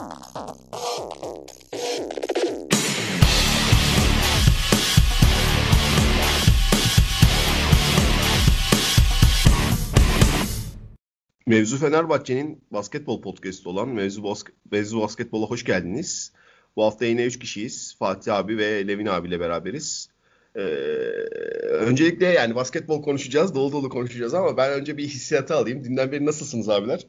Mevzu Fenerbahçe'nin basketbol podcast'ı olan Mevzu Basketbol'a hoş geldiniz. Bu hafta yine 3 kişiyiz. Fatih abi ve Levin abiyle beraberiz. Öncelikle yani basketbol konuşacağız, dolu dolu konuşacağız ama ben önce bir hissiyatı alayım. Dünden beri nasılsınız abiler?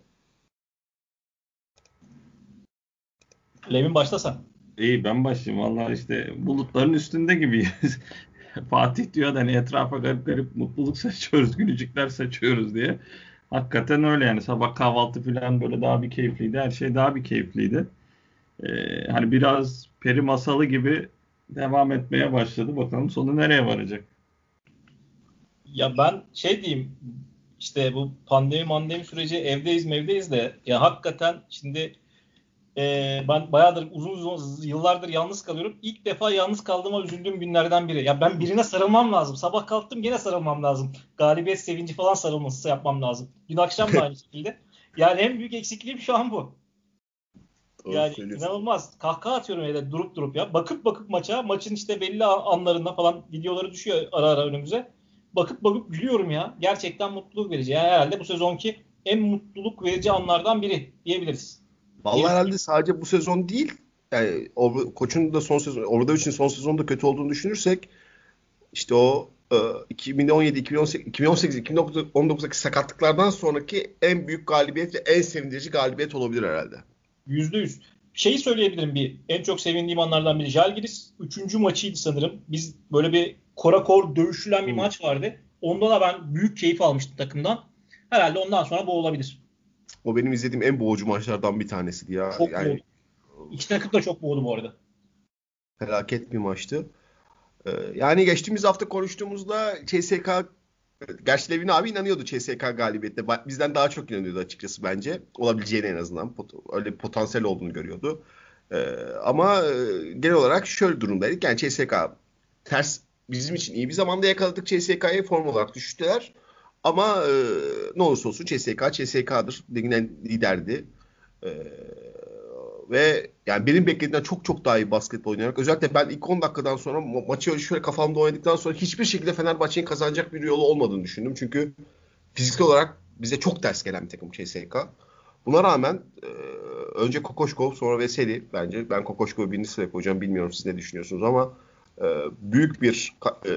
Levin başlasan. İyi, ben başlayayım. Vallahi işte bulutların üstünde gibiyiz. Fatih diyor da hani etrafa garip garip mutluluk saçıyoruz, gülücükler saçıyoruz diye. Hakikaten öyle yani. Sabah kahvaltı falan böyle daha bir keyifliydi. Her şey daha bir keyifliydi. Hani biraz peri masalı gibi devam etmeye başladı. Bakalım sonu nereye varacak? Ya ben diyeyim, işte bu pandemi süreci evdeyiz de ya hakikaten şimdi ben bayağıdır uzun yıllardır yalnız kalıyorum. İlk defa yalnız kaldığıma üzüldüğüm günlerden biri. Ya ben birine sarılmam lazım. Sabah kalktım gene sarılmam lazım. Galibiyet sevinci falan sarılması yapmam lazım. Dün akşam da aynı şekilde. Yani en büyük eksikliğim şu an bu. Yani inanılmaz. Kahkaha atıyorum evde durup ya. Bakıp maçın işte belli anlarında falan videoları düşüyor ara önümüze. Bakıp gülüyorum ya. Gerçekten mutluluk verici. Yani herhalde bu sezonki en mutluluk verici anlardan biri diyebiliriz. Vallahi herhalde sadece bu sezon değil. Yani koçun da son sezon, Obradovic'in son sezonda kötü olduğunu düşünürsek işte o 2017, 2018, 2019'daki sakatlıklardan sonraki en büyük galibiyet ve en sevindirici galibiyet olabilir herhalde. %100. Şeyi söyleyebilirim en çok sevindiğim anlardan biri. Žalgiris 3. maçıydı sanırım. Biz böyle bir korakor dövüşülen bir maç vardı. Onda da ben büyük keyif almıştım takımdan. Herhalde ondan sonra bu olabilir. O benim izlediğim en boğucu maçlardan bir tanesiydi ya. Çok boğdu. İki takım da çok boğdu bu arada. Felaket bir maçtı. Yani geçtiğimiz hafta konuştuğumuzda CSK, gerçi Levin abi inanıyordu CSK galibiyette. Bizden daha çok inanıyordu açıkçası bence. Olabileceğine en azından. Öyle bir potansiyel olduğunu görüyordu. Ama genel olarak şöyle durumdaydık. Yani CSK bizim için iyi bir zamanda yakaladık CSK'yı. Form olarak düştüler. Ama ne olursa olsun CSK'dır. Ligin liderdi. Ve yani benim beklediğimden çok daha iyi basketbol oynayarak, özellikle ben ilk 10 dakikadan sonra maçı şöyle kafamda oynadıktan sonra hiçbir şekilde Fenerbahçe'nin kazanacak bir yolu olmadığını düşündüm. Çünkü fiziksel olarak bize çok ters gelen bir takım CSK. Buna rağmen önce Kokoşkov, sonra Veseli bence. Ben Kokoşkov'u birinci sıraya koyacağım. Bilmiyorum siz ne düşünüyorsunuz ama büyük bir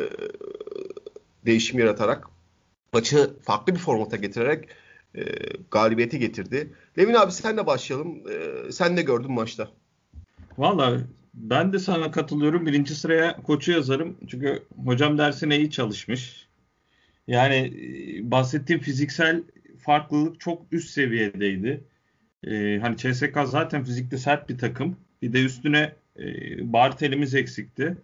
değişim yaratarak maçı farklı bir formata getirerek galibiyeti getirdi. Levin abi senle başlayalım. Sen ne gördün maçta? Vallahi ben de sana katılıyorum. Birinci sıraya koçu yazarım. Çünkü hocam dersine iyi çalışmış. Yani bahsettiğim fiziksel farklılık çok üst seviyedeydi. Hani CSK zaten fizikte sert bir takım. Bir de üstüne Bartel'imiz eksikti.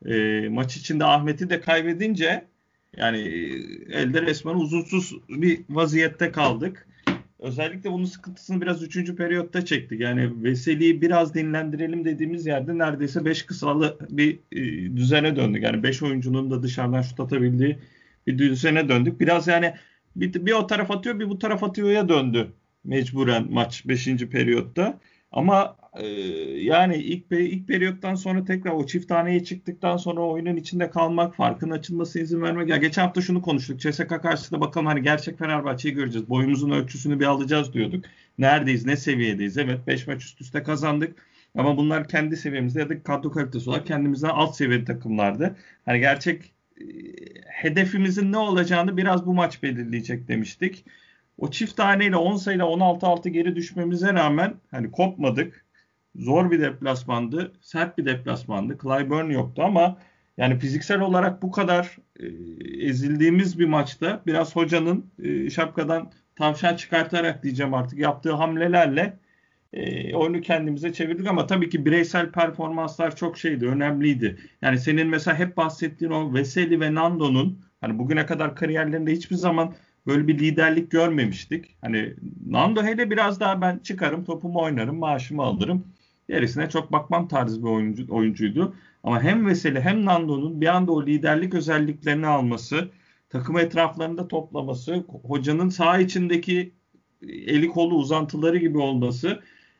Maç içinde Ahmet'i de kaybedince yani elde resmen huzursuz bir vaziyette kaldık. Özellikle bunun sıkıntısını biraz 3. periyotta çektik. Yani Veseli'yi biraz dinlendirelim dediğimiz yerde neredeyse 5 kısalı bir düzene döndük. Yani 5 oyuncunun da dışarıdan şut atabildiği bir düzene döndük. Biraz yani bir o taraf atıyor, bir bu taraf atıyor'ya döndü mecburen maç 5. periyotta. Ama yani ilk periyottan sonra tekrar o çift taneye çıktıktan sonra oyunun içinde kalmak, farkın açılması izin vermek. Ya geçen hafta şunu konuştuk. CSK karşısında bakalım hani gerçek Fenerbahçe'yi göreceğiz. Boyumuzun ölçüsünü bir alacağız diyorduk. Neredeyiz, ne seviyedeyiz? Evet 5 maç üst üste kazandık. Ama bunlar kendi seviyemizde ya da kadro kalitesi olarak kendimizden alt seviye takımlardı. Hani gerçek hedefimizin ne olacağını biraz bu maç belirleyecek demiştik. O çift taneyle 10 sayıyla 16-6 geri düşmemize rağmen hani kopmadık. Zor bir deplasmandı. Sert bir deplasmandı. Clyburn yoktu ama yani fiziksel olarak bu kadar ezildiğimiz bir maçta biraz hocanın şapkadan tavşan çıkartarak diyeceğim artık yaptığı hamlelerle oyunu kendimize çevirdik ama tabii ki bireysel performanslar çok önemliydi. Yani senin mesela hep bahsettiğin o Veseli ve Nando'nun hani bugüne kadar kariyerlerinde hiçbir zaman böyle bir liderlik görmemiştik. Hani Nando hele biraz daha ben çıkarım, topumu oynarım, maaşımı alırım. Gerisine çok bakmam tarzı bir oyuncuydu. Ama hem Veseli hem Nando'nun bir anda o liderlik özelliklerini alması, takım etraflarında toplaması, hocanın saha içindeki eli kolu uzantıları gibi olması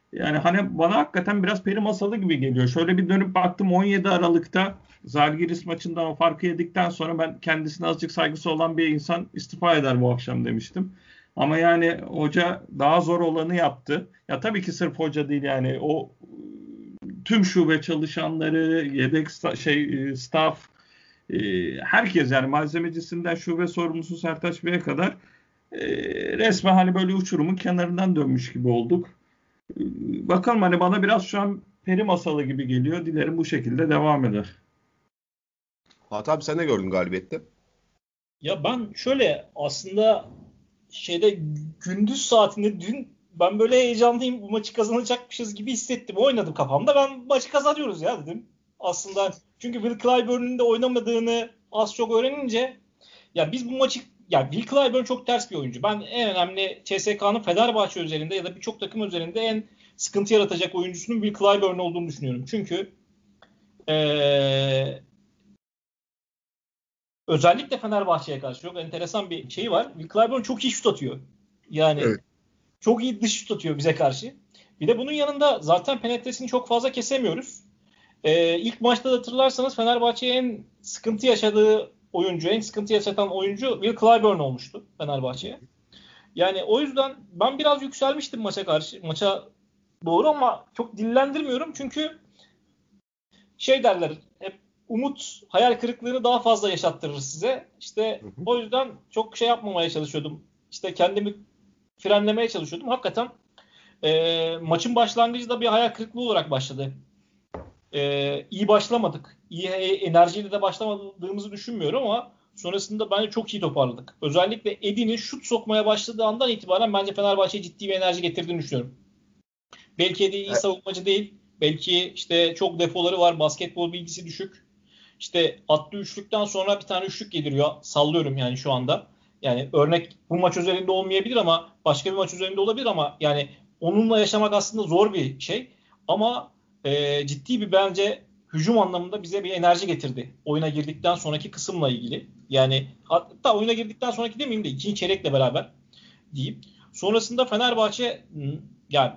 Yani hani bana hakikaten biraz peri masalı gibi geliyor. Şöyle bir dönüp baktım 17 Aralık'ta Zalgiris maçından o farkı yedikten sonra ben kendisine azıcık saygısı olan bir insan istifa eder bu akşam demiştim. Ama yani hoca daha zor olanı yaptı. Ya tabii ki sırf hoca değil yani o tüm şube çalışanları, yedek staff, herkes yani malzemecisinden şube sorumlusu Sertaç Bey'e kadar resmen hani böyle uçurumun kenarından dönmüş gibi olduk. Bakalım hani bana biraz şu an peri masalı gibi geliyor. Dilerim bu şekilde devam eder. Fatih abi sen ne gördün galibiyette? Ya ben şöyle aslında gündüz saatinde dün ben böyle heyecanlıyım, bu maçı kazanacakmışız gibi hissettim. Oynadım kafamda, ben maçı kazanıyoruz ya dedim. Aslında çünkü Will Clyburn'un de oynamadığını az çok öğrenince ya biz bu maçı, ya Will Clyburn çok ters bir oyuncu. Ben en önemli CSK'nın Fenerbahçe üzerinde ya da birçok takım üzerinde en sıkıntı yaratacak oyuncusunun Will Clyburn olduğunu düşünüyorum. Çünkü özellikle Fenerbahçe'ye karşı çok enteresan bir şey var. Will Clyburn çok iyi şut atıyor. Yani Evet. çok iyi dış şut atıyor bize karşı. Bir de bunun yanında zaten penetresini çok fazla kesemiyoruz. İlk maçta da hatırlarsanız Fenerbahçe'ye en sıkıntı yaşadığı oyuncu, en sıkıntı yaşatan oyuncu Will Clyburn olmuştu Fenerbahçe'ye. Yani o yüzden ben biraz yükselmiştim maça doğru ama çok dillendirmiyorum çünkü derler hep, umut hayal kırıklığını daha fazla yaşattırır size. İşte o yüzden çok yapmamaya çalışıyordum. İşte kendimi frenlemeye çalışıyordum. Hakikaten maçın başlangıcı da bir hayal kırıklığı olarak başladı. İyi başlamadık. İyi enerjiyle de başlamadığımızı düşünmüyorum ama sonrasında bence çok iyi toparladık. Özellikle Edin'in şut sokmaya başladığı andan itibaren bence Fenerbahçe'ye ciddi bir enerji getirdiğini düşünüyorum. Belki Edi iyi savunmacı değil. Belki işte çok defoları var. Basketbol bilgisi düşük. İşte attığı üçlükten sonra bir tane üçlük geliriyor. Sallıyorum yani şu anda. Yani örnek bu maç üzerinde olmayabilir ama başka bir maç üzerinde olabilir ama yani onunla yaşamak aslında zor bir şey. Ama ciddi bir bence hücum anlamında bize bir enerji getirdi. Oyuna girdikten sonraki kısımla ilgili. Yani hatta oyuna girdikten sonraki demeyeyim de ikinci çeyrekle beraber diyeyim. Sonrasında Fenerbahçe yani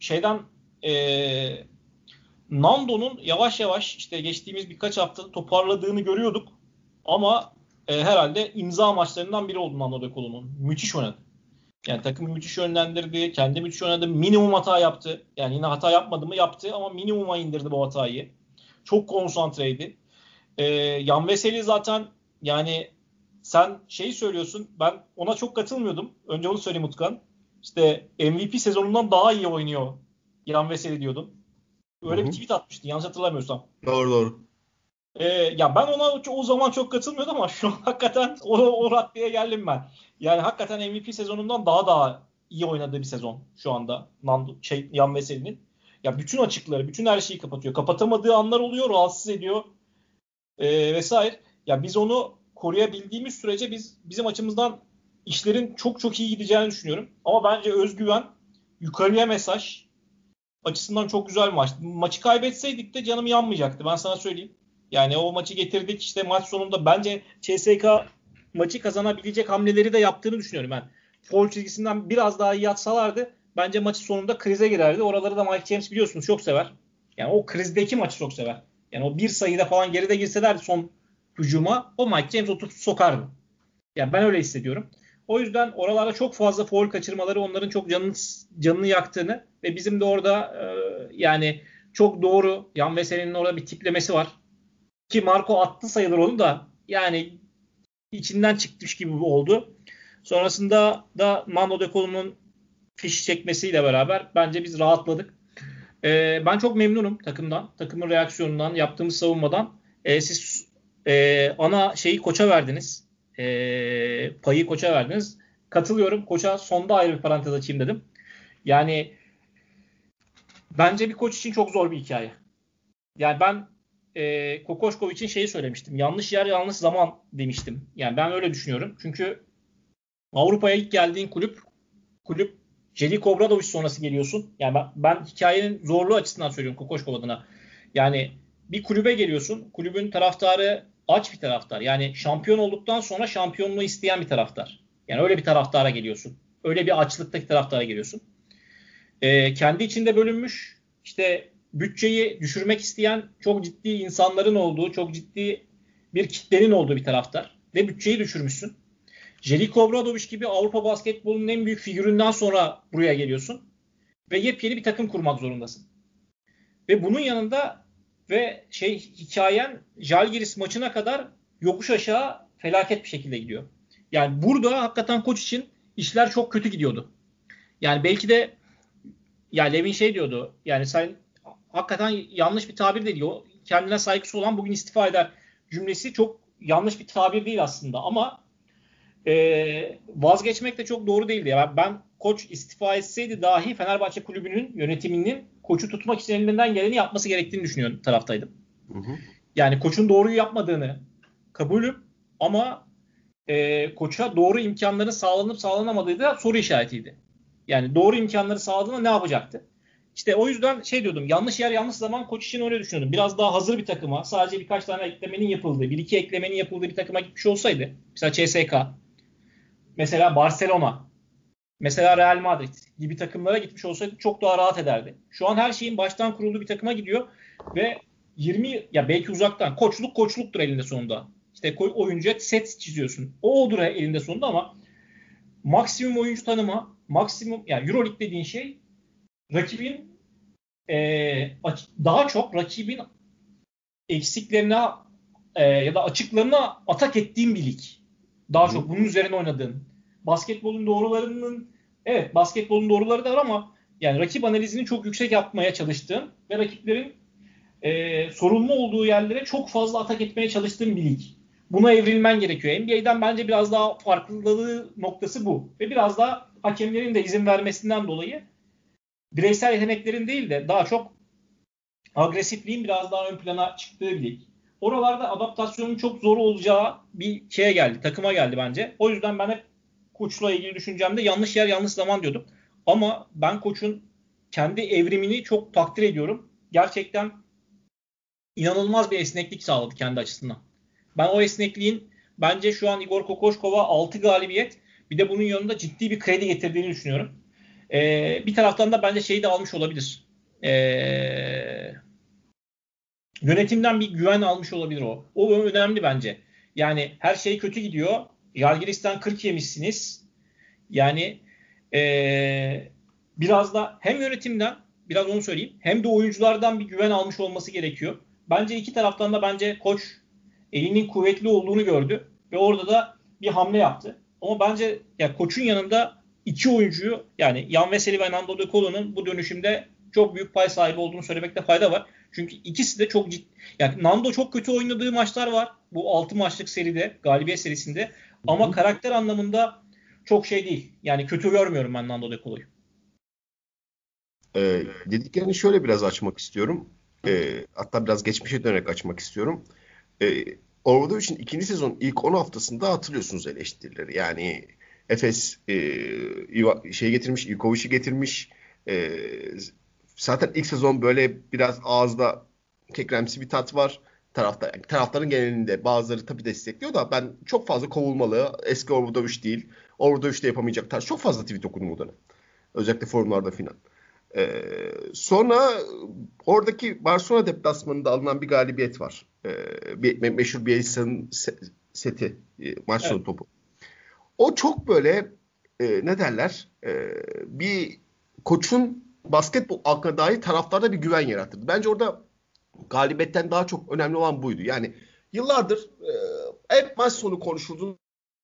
Nando'nun yavaş yavaş işte geçtiğimiz birkaç hafta toparladığını görüyorduk. Ama herhalde imza maçlarından biri oldu Nando De Colo'nun. Müthiş oynadı. Yani takımı müthiş yönlendirdi. Kendi müthiş oynadı. Minimum hata yaptı. Yani yine hata yapmadı mı? Yaptı ama minimuma indirdi bu hatayı. Çok konsantreydi. Yan Veseli zaten yani sen söylüyorsun. Ben ona çok katılmıyordum. Önce onu söyleyeyim Utkan. İşte MVP sezonundan daha iyi oynuyor Yan Veseli diyordum. Öyle bir tweet atmıştı yanlış hatırlamıyorsam. Doğru. Ya ben ona o zaman çok katılmıyordum ama şu an hakikaten o raddeye geldim ben. Yani hakikaten MVP sezonundan daha iyi oynadığı bir sezon şu anda Yan Veseli'nin. Ya bütün açıkları, bütün her şeyi kapatıyor. Kapatamadığı anlar oluyor, rahatsız ediyor vesaire. Ya biz onu koruyabildiğimiz sürece bizim açımızdan işlerin çok çok iyi gideceğini düşünüyorum. Ama bence özgüven, yukarıya mesaj açısından çok güzel bir maçtı. Maçı kaybetseydik de canım yanmayacaktı. Ben sana söyleyeyim. Yani o maçı getirdik işte maç sonunda bence CSK maçı kazanabilecek hamleleri de yaptığını düşünüyorum ben. Foul çizgisinden biraz daha iyi atsalardı bence maçı sonunda krize girerdi. Oraları da Mike James biliyorsunuz çok sever. Yani o krizdeki maçı çok sever. Yani o bir sayıda falan geride girseler son hücuma o Mike James oturup sokardı. Yani ben öyle hissediyorum. O yüzden oralarda çok fazla foul kaçırmaları onların çok canını yaktığını ve bizim de orada yani çok doğru Yan Veseli'nin orada bir tiplemesi var. Ki Marco attı sayılır onu da yani içinden çıkmış gibi oldu. Sonrasında da Nando De Colo'nun fiş çekmesiyle beraber bence biz rahatladık. Ben çok memnunum takımdan. Takımın reaksiyonundan, yaptığımız savunmadan. Siz ana koça verdiniz. Payı koça verdiniz. Katılıyorum. Koça sonda ayrı bir parantez açayım dedim. Yani bence bir koç için çok zor bir hikaye. Yani ben Kokoşkov için söylemiştim. Yanlış yer yanlış zaman demiştim. Yani ben öyle düşünüyorum. Çünkü Avrupa'ya ilk geldiğin kulüp Jeliko Obradović sonrası geliyorsun. Yani ben hikayenin zorluğu açısından söylüyorum Kokoşkov adına. Yani bir kulübe geliyorsun. Kulübün taraftarı aç bir taraftar. Yani şampiyon olduktan sonra şampiyonluğu isteyen bir taraftar. Yani öyle bir taraftara geliyorsun. Öyle bir açlıktaki taraftara geliyorsun. kendi içinde bölünmüş. İşte bütçeyi düşürmek isteyen çok ciddi insanların olduğu, çok ciddi bir kitlenin olduğu bir taraftar. Ve bütçeyi düşürmüşsün. Željko Obradović gibi Avrupa basketbolunun en büyük figüründen sonra buraya geliyorsun. Ve yepyeni bir takım kurmak zorundasın. Ve bunun yanında ve hikayen Žalgiris maçına kadar yokuş aşağı felaket bir şekilde gidiyor. Yani burada hakikaten koç için işler çok kötü gidiyordu. Yani belki de ya Levin diyordu. Yani sen hakikaten yanlış bir tabir de diyor. Kendine saygısı olan bugün istifa eder cümlesi çok yanlış bir tabir değil aslında ama vazgeçmek de çok doğru değildi. Yani ben koç istifa etseydi dahi Fenerbahçe kulübünün yönetiminin koçu tutmak için elinden geleni yapması gerektiğini düşünüyorum taraftaydım. Hı hı. Yani koçun doğruyu yapmadığını kabulüm ama koça doğru imkanların sağlanıp sağlanamadığı da soru işaretiydi. Yani doğru imkanları sağladığında ne yapacaktı? İşte o yüzden diyordum. Yanlış yer yanlış zaman koç için öyle düşünüyordum. Biraz daha hazır bir takıma sadece birkaç tane eklemenin yapıldığı, bir iki eklemenin yapıldığı bir takıma gitmiş olsaydı. Mesela CSKA, mesela Barcelona, mesela Real Madrid gibi takımlara gitmiş olsaydı çok daha rahat ederdi. Şu an her şeyin baştan kurulduğu bir takıma gidiyor ve 20 ya belki uzaktan koçluktur elinde sonunda. İşte oyuncuya set çiziyorsun. O odur elinde sonunda ama maksimum oyuncu tanıma, maksimum yani EuroLeague dediğin şey rakibin daha çok rakibin eksiklerine ya da açıklarına atak ettiğin bir lig. Daha çok bunun üzerine oynadığın. Basketbolun doğruları da var ama yani rakip analizini çok yüksek yapmaya çalıştığın ve rakiplerin sorumlu olduğu yerlere çok fazla atak etmeye çalıştığın bir lig. Buna evrilmen gerekiyor. NBA'den bence biraz daha farklılığı noktası bu. Ve biraz daha hakemlerin de izin vermesinden dolayı bireysel yeteneklerin değil de daha çok agresifliğin biraz daha ön plana çıktığı bir lig. Oralarda adaptasyonun çok zor olacağı bir takıma geldi bence. O yüzden ben hep koçla ilgili düşüncemde yanlış yer yanlış zaman diyordum. Ama ben koçun kendi evrimini çok takdir ediyorum. Gerçekten inanılmaz bir esneklik sağladı kendi açısından. Ben o esnekliğin bence şu an Igor Kokoškova 6 galibiyet bir de bunun yanında ciddi bir kredi getirdiğini düşünüyorum. Bir taraftan da bence de almış olabilir. Yönetimden bir güven almış olabilir o. O önemli bence. Yani her şey kötü gidiyor. Žalgiris'ten 40 yemişsiniz. Yani biraz da hem yönetimden biraz onu söyleyeyim hem de oyunculardan bir güven almış olması gerekiyor. Bence iki taraftan da bence koç elinin kuvvetli olduğunu gördü ve orada da bir hamle yaptı. Ama bence ya koçun yanında iki oyuncuyu yani Jan Veseli ve Nando De Colo'nun bu dönüşümde çok büyük pay sahibi olduğunu söylemekte fayda var. Çünkü ikisi de çok ciddi. Yani Nando çok kötü oynadığı maçlar var. Bu 6 maçlık seride, galibiyet serisinde. Ama karakter anlamında çok değil. Yani kötü görmüyorum ben Nando De Colo'yu. Dediklerini şöyle biraz açmak istiyorum. Hatta biraz geçmişe dönerek açmak istiyorum. Obradović'in ikinci sezon ilk 10 haftasında hatırlıyorsunuz eleştirileri. Yani Efes getirmiş, Ivkovic'i getirmiş. Zaten ilk sezon böyle biraz ağızda kekremsi bir tat var. Taraftarın genelinde bazıları tabii destekliyor da ben çok fazla kovulmalı. Eski Obradović değil. Obradović de yapamayacak tarz. Çok fazla tweet okudum o dönem. Özellikle forumlarda filan. Sonra oradaki Barcelona deplasmanında alınan bir galibiyet var. Meşhur Bielsa'nın seti, maç sonu topu. O çok böyle ne derler bir koçun basketbol aklına dair taraftarda bir güven yarattırdı. Bence orada galibiyetten daha çok önemli olan buydu. Yani yıllardır hep maç sonu konuşulduğu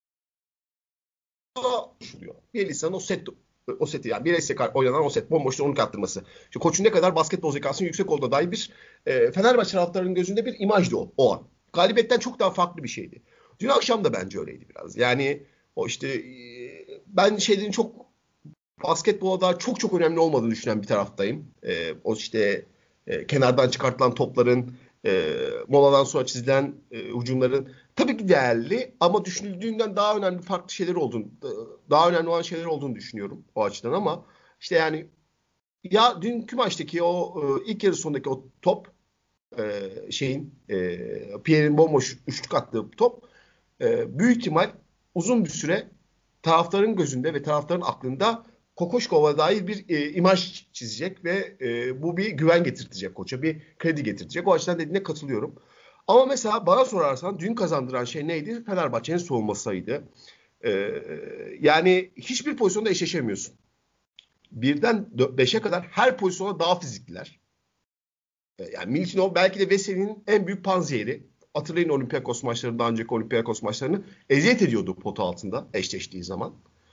Bielsa'nın o seti yani bireysel oynanan o set bomboşta onu kaptırması. Şimdi koçun ne kadar basketbol zekasının yüksek olduğuna dair bir Fenerbahçe taraftarının gözünde bir imajdı o an. Galibiyetten çok daha farklı bir şeydi. Dün akşam da bence öyleydi biraz. Yani o işte ben çok basketbola daha çok önemli olmadığını düşünen bir taraftayım. O işte kenardan çıkartılan topların moladan sonra çizilen hücumların tabii ki değerli ama düşünüldüğünden daha önemli farklı şeyler daha önemli olan şeyler olduğunu düşünüyorum o açıdan ama işte yani ya dünkü maçtaki o ilk yarı sonundaki o top Pierre'in bomboş üçlük attığı top büyük ihtimal uzun bir süre taraftarın gözünde ve taraftarın aklında Kokoşkov'a dair bir imaj çizecek ve bu bir güven getirtecek koça, bir kredi getirecek. O açıdan dediğine katılıyorum. Ama mesela bana sorarsan dün kazandıran şey neydi? Fenerbahçe'nin savunmasıydı. Yani hiçbir pozisyonda eşleşemiyorsun. 1'den 5'e kadar her pozisyona daha fizikliler. Yani Miltinov belki de Veseli'nin en büyük panzehiri. Hatırlayın Olympiakos maçlarını, daha önceki Olympiakos maçlarını eziyet ediyordu pota altında eşleştiği zaman.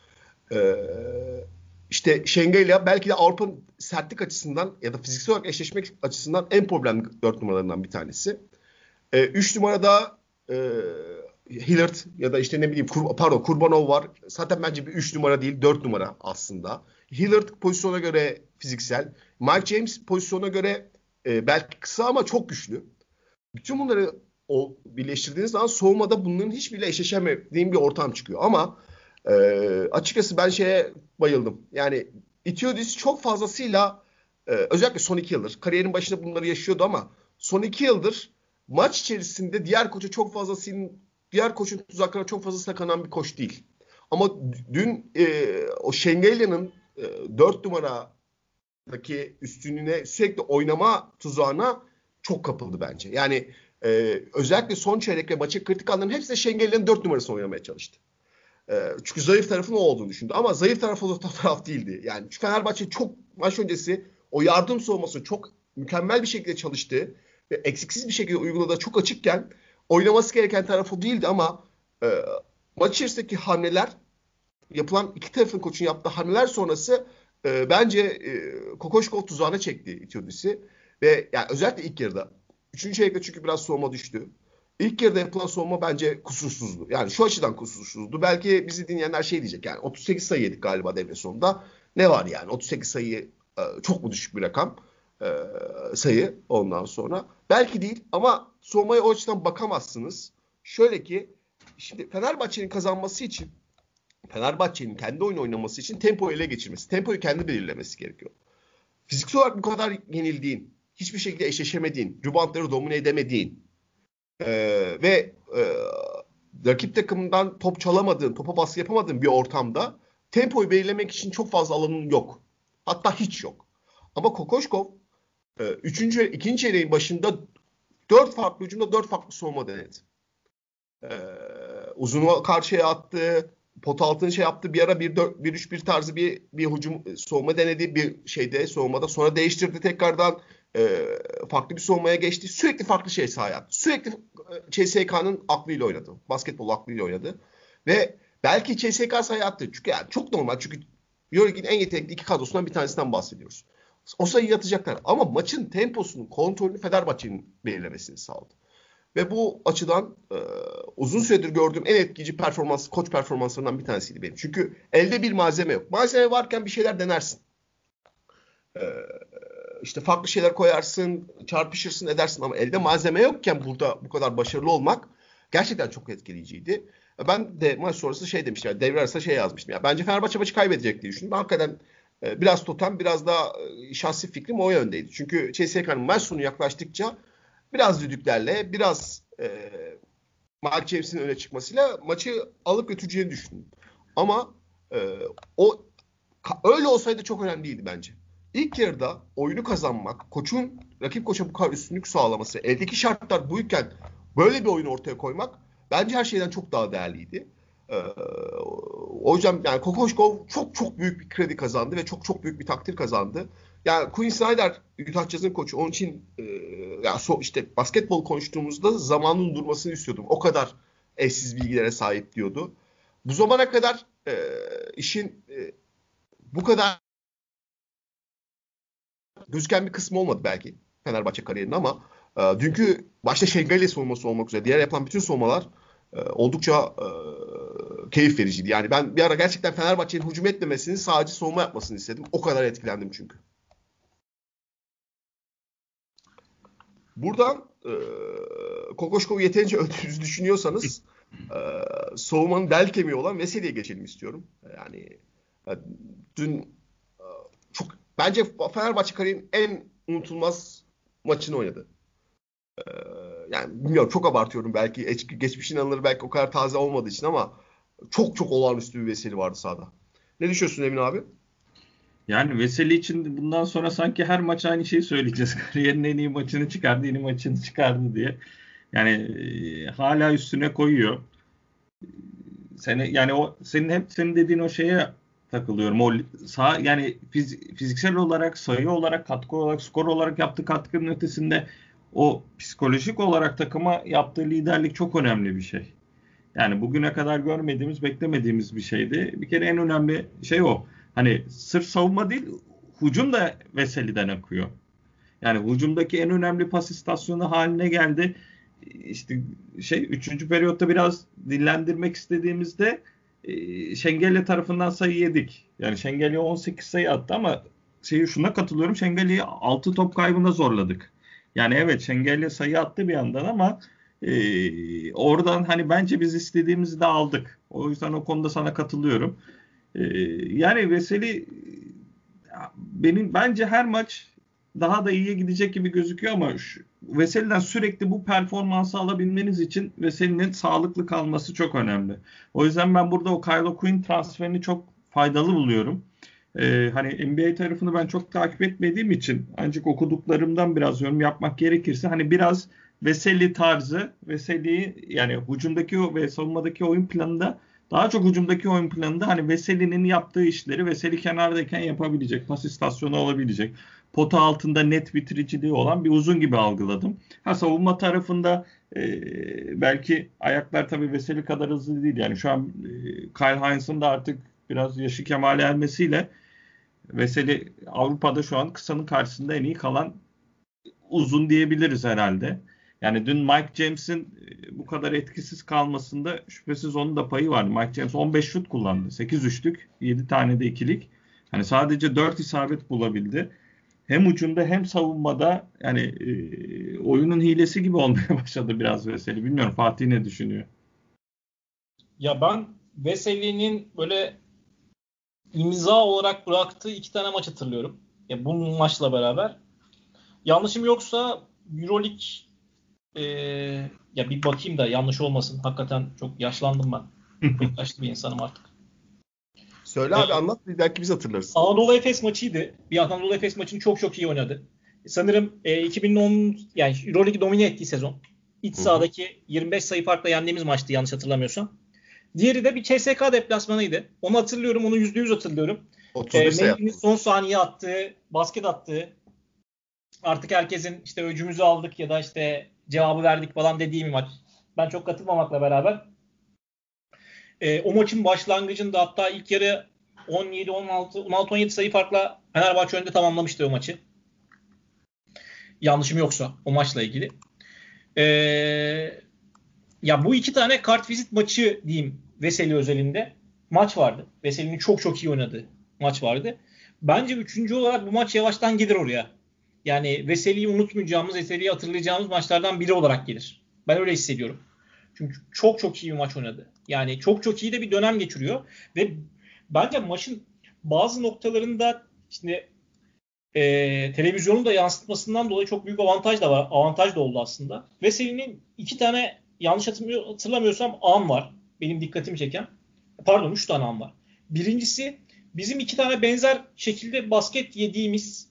İşte Şengay'la belki de Avrupa'nın sertlik açısından ya da fiziksel olarak eşleşmek açısından en problemli 4 numaralarından bir tanesi. 3 numarada Hillard ya da işte ne bileyim Kurbanov var. Zaten bence bir 3 numara değil 4 numara aslında. Hillard pozisyona göre fiziksel. Mike James pozisyona göre belki kısa ama çok güçlü. Bütün bunları birleştirdiğiniz zaman soğumada bunların hiçbiriyle eşleşemediğim bir ortam çıkıyor. Ama açıkçası ben şeye bayıldım. Yani Itiodis çok fazlasıyla özellikle son 2 yıldır kariyerin başında bunları yaşıyordu ama son 2 yıldır maç içerisinde diğer koçun tuzaklarına çok fazla sakanan bir koç değil. Ama dün o Şengelya'nın 4 numaradaki üstünlüğüne sürekli oynama tuzağına çok kapıldı bence. Yani özellikle son çeyrek ve maçın kritik anlarının hepsi de Şengelya'nın 4 numarasını oynamaya çalıştı. Çünkü zayıf tarafının o olduğunu düşündü. Ama zayıf tarafı o taraf değildi. Yani Fenerbahçe çok maç öncesi o yardım savunmasını çok mükemmel bir şekilde çalıştı ve eksiksiz bir şekilde uyguladığı çok açıkken oynaması gereken taraf o değildi ama maç içerisindeki hamleler yapılan iki tarafın koçun yaptığı hamleler sonrası bence Kokoşkov tuzağına çekti Itiodis'i ve yani özellikle ilk yarıda. Üçüncü çeyrekte çünkü biraz soğuma düştü. İlk yarıda yapılan savunma bence kusursuzdu. Yani şu açıdan kusursuzdu. Belki bizi dinleyenler şey diyecek yani 38 sayı yedik galiba devre sonunda. Ne var yani 38 sayı çok mu düşük bir rakam sayı ondan sonra. Belki değil ama savunmaya o açıdan bakamazsınız. Şöyle ki şimdi Fenerbahçe'nin kazanması için Fenerbahçe'nin kendi oyun oynaması için tempoyu ele geçirmesi, tempoyu kendi belirlemesi gerekiyor. Fiziksel olarak bu kadar yenildiğin, hiçbir şekilde eşleşemediğin, reboundları domine edemediğin ve rakip takımdan top çalamadığın, topa baskı yapamadığın bir ortamda tempoyu belirlemek için çok fazla alanın yok. Hatta hiç yok. Ama Kokoşkov ikinci çeyreğin başında 4 farklı hücumda 4 farklı savunma denedi. Uzunu karşıya attı, pot altını şey yaptı. Bir ara 1-4-1-3-1 tarzı bir hücum savunma denedi bir şeyde savunmada. Sonra değiştirdi tekrardan. Farklı bir savunmaya geçti. Sürekli farklı şey sahaya attı. Sürekli CSK'nın aklıyla oynadı. Basketbol aklıyla oynadı. Ve belki CSK sahaya attı. Çünkü yani çok normal. Çünkü Euroleague'in en yetenekli iki kadrosundan bir tanesinden bahsediyoruz. O sayıyı atacaklar. Ama maçın temposunun kontrolünü Fenerbahçe'nin belirlemesini sağladı. Ve bu açıdan uzun süredir gördüğüm en etkileyici koç performanslarından bir tanesiydi benim. Çünkü elde bir malzeme yok. Malzeme varken bir şeyler denersin. İşte farklı şeyler koyarsın, çarpışırsın, edersin ama elde malzeme yokken burada bu kadar başarılı olmak gerçekten çok etkileyiciydi. Ben de maç sonrası şey demiştim, yani devre arasında şey yazmıştım. Yani bence Fenerbahçe maçı kaybedecek diye düşündüm. Hakikaten biraz totem, biraz daha şahsi fikrim o yöndeydi. Çünkü CSK'nın maç sonu yaklaştıkça biraz düdüklerle, biraz Mike James'in öne çıkmasıyla maçı alıp götüreceğini düşündüm. Ama öyle olsaydı çok önemli değildi bence. İlk yarıda oyunu kazanmak, rakip koça bu kadar üstünlük sağlaması, eldeki şartlar buyken böyle bir oyun ortaya koymak bence her şeyden çok daha değerliydi. O yüzden yani Kokoşkov çok büyük bir kredi kazandı ve çok büyük bir takdir kazandı. Yani Quinn Snyder Utah Jazz'ın koçu. Onun için işte basketbol konuştuğumuzda zamanın durmasını istiyordum. O kadar eşsiz bilgilere sahip diyordu. Bu zamana kadar işin bu kadar gözüken bir kısmı olmadı belki Fenerbahçe kariyerinde ama dünkü başta Şengeli savunması olmak üzere diğer yapılan bütün savunmalar oldukça keyif vericiydi. Yani ben bir ara gerçekten Fenerbahçe'nin hücum etmemesini sadece savunma yapmasını istedim. O kadar etkilendim çünkü. Buradan Kokoşkov'u yeterince öldüğünüzü düşünüyorsanız savunmanın bel kemiği olan Veseli'ye geçelim istiyorum. Yani dün bence Fenerbahçe kariyerinin en unutulmaz maçını oynadı. Yani bilmiyorum çok abartıyorum belki geçmişin anıları belki o kadar taze olmadığı için ama çok olağanüstü bir Veseli vardı sahada. Ne düşünüyorsun Emin abi? Yani Veseli için bundan sonra sanki her maç aynı şeyi söyleyeceğiz. Kariyerin en iyi maçını çıkardı, en iyi maçını çıkardı diye. Yani hala üstüne koyuyor. Yani o senin dediğin o şeye takılıyorum. O yani fiziksel olarak, sayı olarak, katkı olarak, skor olarak yaptığı katkının ötesinde o psikolojik olarak takıma yaptığı liderlik çok önemli bir şey. Yani bugüne kadar görmediğimiz, beklemediğimiz bir şeydi. Bir kere en önemli şey o. Hani sırf savunma değil, hücum da Veseli'den akıyor. Yani hücumdaki en önemli pas istasyonu haline geldi. İşte 3. periyotta biraz dinlendirmek istediğimizde Şengelya tarafından sayı yedik. Yani Şengelya 18 sayı attı ama şuna katılıyorum. Şengelya 6 top kaybına zorladık. Yani evet, Şengelya sayı attı bir yandan ama oradan hani bence biz istediğimizi de aldık. O yüzden o konuda sana katılıyorum. Yani Veseli bence her maç daha da iyiye gidecek gibi gözüküyor ama Veseli'den sürekli bu performansı alabilmeniz için Veseli'nin sağlıklı kalması çok önemli. O yüzden ben burada o Kylo Quinn transferini çok faydalı buluyorum. Hani NBA tarafını ben çok takip etmediğim için ancak okuduklarımdan biraz yorum yapmak gerekirse hani biraz Veseli tarzı, Veseli'yi yani hücumdaki ve savunmadaki oyun planında daha çok hücumdaki oyun planında hani Veseli'nin yaptığı işleri Veseli kenardayken yapabilecek, pas istasyonu olabilecek, pota altında net bitiriciliği olan bir uzun gibi algıladım. Savunma tarafında belki ayaklar tabii Veseli kadar hızlı değil. Yani şu an Kyle Hines'ın da artık biraz yaşı kemale ermesiyle Veseli Avrupa'da şu an kısanın karşısında en iyi kalan uzun diyebiliriz herhalde. Yani dün Mike James'in bu kadar etkisiz kalmasında şüphesiz onun da payı vardı. Mike James 15 şut kullandı. 8 üçlük, 7 tane de ikilik. Hani sadece 4 isabet bulabildi. Hem hücumda hem savunmada yani oyunun hilesi gibi olmaya başladı biraz Veseli. Bilmiyorum, Fatih ne düşünüyor? Ya ben Veseli'nin böyle imza olarak bıraktığı 2 tane maç hatırlıyorum. Ya bu maçla beraber. Yanlışım yoksa EuroLeague ya bir bakayım da yanlış olmasın. Hakikaten çok yaşlandım ben. Çok yaşlı bir insanım artık. Söyle abi, anlat. Belki biz hatırlarız. Anadolu Efes maçıydı. Bir Anadolu Efes maçını çok iyi oynadı. Sanırım 2010 yani EuroLeague'i domine ettiği sezon. İç sahadaki 25 sayı farkla yendiğimiz maçtı yanlış hatırlamıyorsam. Diğeri de bir CSKA deplasmanıydı. Onu hatırlıyorum. Onu %100 hatırlıyorum. 31 sayı attı. Son saniye attığı, basket attığı, artık herkesin işte öcümüzü aldık ya da işte cevabı verdik falan dediği bir maç. Ben çok katılmamakla beraber o maçın başlangıcında hatta ilk yarı 16-17 sayı farkla Fenerbahçe önünde tamamlamıştı o maçı. Yanlışım yoksa o maçla ilgili. Ya bu 2 tane kartvizit maçı diyeyim Veseli özelinde maç vardı. Veseli'nin çok iyi oynadığı maç vardı. Bence 3. olarak bu maç yavaştan gelir oraya. Yani Veseli'yi unutmayacağımız, Veseli'yi hatırlayacağımız maçlardan biri olarak gelir. Ben öyle hissediyorum. Çünkü çok iyi bir maç oynadı. Yani çok iyi de bir dönem geçiriyor. Ve bence maçın bazı noktalarında işte televizyonun da yansıtmasından dolayı çok büyük avantaj da var. Avantaj da oldu aslında. Veseli'nin 2 tane yanlış hatırlamıyorsam an var. Benim dikkatimi çeken. Pardon 3 tane an var. Birincisi bizim 2 tane benzer şekilde basket yediğimiz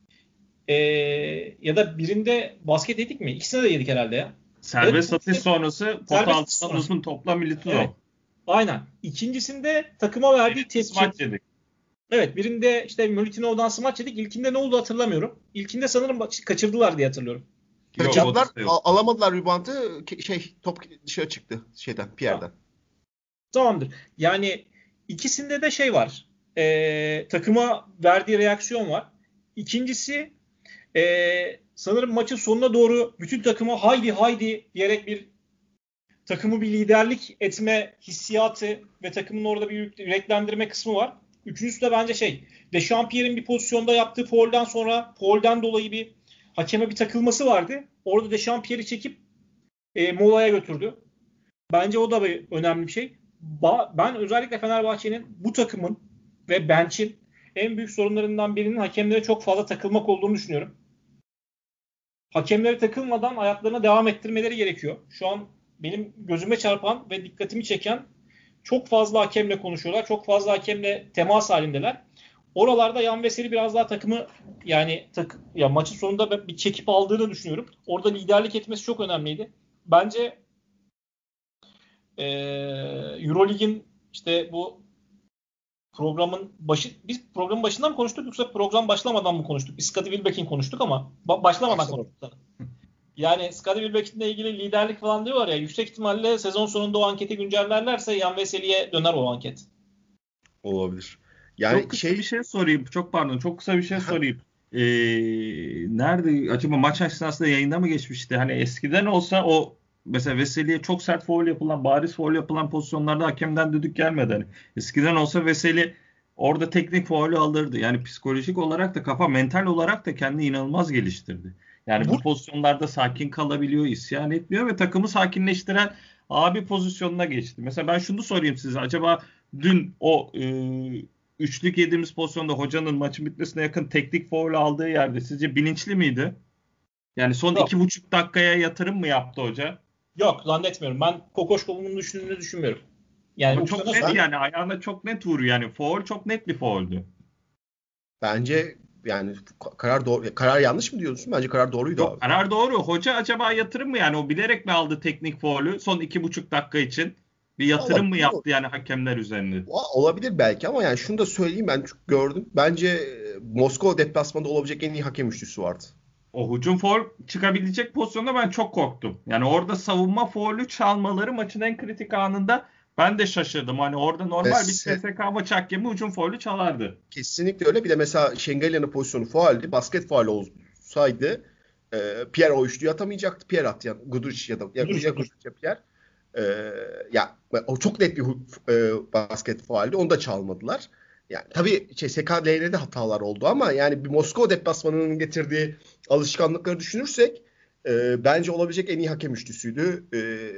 ya da birinde basket yedik mi? İkisine de yedik herhalde ya. Serbest atış sonrası pot altından uzun topla Militino. Evet. Aynen. İkincisinde takıma verdiği smaç yedik. Evet, birinde işte Militinov'dan smaç yedik. İlkinde ne oldu hatırlamıyorum. İlkinde sanırım kaçırdılar diye hatırlıyorum. Kaçırdılar, alamadılar reboundı. Top dışarı çıktı Pierre'den. Tamamdır. Yani ikisinde de var. Takıma verdiği reaksiyon var. İkincisi sanırım maçın sonuna doğru bütün takıma haydi diyerek bir takımı bir liderlik etme hissiyatı ve takımın orada bir yüreklendirme kısmı var. Üçüncüsü de bence Dechampierre'in bir pozisyonda yaptığı faulden sonra faulden dolayı bir hakeme bir takılması vardı. Orada Dechampierre'i çekip molaya götürdü. Bence o da bir önemli bir şey. Ben özellikle Fenerbahçe'nin bu takımın ve bench'in en büyük sorunlarından birinin hakemlere çok fazla takılmak olduğunu düşünüyorum. Hakemlere takılmadan ayaklarına devam ettirmeleri gerekiyor. Şu an benim gözüme çarpan ve dikkatimi çeken çok fazla hakemle konuşuyorlar. Çok fazla hakemle temas halindeler. oralarda Yan Veseli biraz daha takımı yani maçın sonunda bir çekip aldığını düşünüyorum. Orada liderlik etmesi çok önemliydi. Bence Eurolig'in işte bu biz programın başından mı konuştuk yoksa program başlamadan mı konuştuk? Biz Scottie Wilbeck'in konuştuk ama başlamadan konuştuk. Yani Scottie Wilbeck'inle ilgili liderlik falan diyorlar ya, yüksek ihtimalle sezon sonunda o anketi güncellerlerse Yan Veseli'ye döner o anket. Olabilir. Yani çok kısa bir şey sorayım. Çok kısa bir şey sorayım. Nerede acaba maç esnasında yayında mı geçmişti? Hani eskiden olsa o mesela Veseli'ye çok sert faul yapılan, bariz faul yapılan pozisyonlarda hakemden düdük gelmedi. Hani eskiden olsa Veseli orada teknik faulü alırdı. Yani psikolojik olarak da mental olarak da kendini inanılmaz geliştirdi. Yani bu pozisyonlarda sakin kalabiliyor, isyan etmiyor ve takımı sakinleştiren abi pozisyonuna geçti. Mesela ben şunu sorayım size. Acaba dün o üçlük yediğimiz pozisyonda hocanın maçın bitmesine yakın teknik faul aldığı yerde sizce bilinçli miydi? Yani son 2,5 dakikaya yatırım mı yaptı hoca? Yok, zannetmiyorum. Ben Kokoşkov'un düşündüğünü düşünmüyorum. Yani ama çok net yani ayağına çok net vuruyor yani. Faul çok net bir fauldü. Bence yani karar doğru. Karar yanlış mı diyorsun? Bence karar doğruydu Yok, abi. karar doğru. Hoca acaba yatırım mı yani? O bilerek mi aldı teknik faulü son 2,5 dakika için? Bir yatırım mı yaptı yani hakemler üzerinde? Olabilir belki ama yani şunu da söyleyeyim, ben gördüm. Bence Moskova deplasmanında olabilecek en iyi hakem üçlüsü vardı. O hücum faul çıkabilecek pozisyonda ben çok korktum. Yani orada savunma faulü çalmaları maçın en kritik anında ben de şaşırdım. Hani orada normal bir CSK maç hakemi hücum faulü çalardı. Kesinlikle öyle. Bir de mesela Şengelya'nın pozisyonu fauldü. Basket faulü olsaydı Pierre o üçlüyü atamayacaktı. Pierre attı yani. Guduric ya Guduric ya Pierre. Ya o çok net bir basket fauldü. Onu da çalmadılar. Yani tabii SKL'de de hatalar oldu ama yani bir Moskova deplasmanının getirdiği alışkanlıkları düşünürsek bence olabilecek en iyi hakem üçlüsüydü.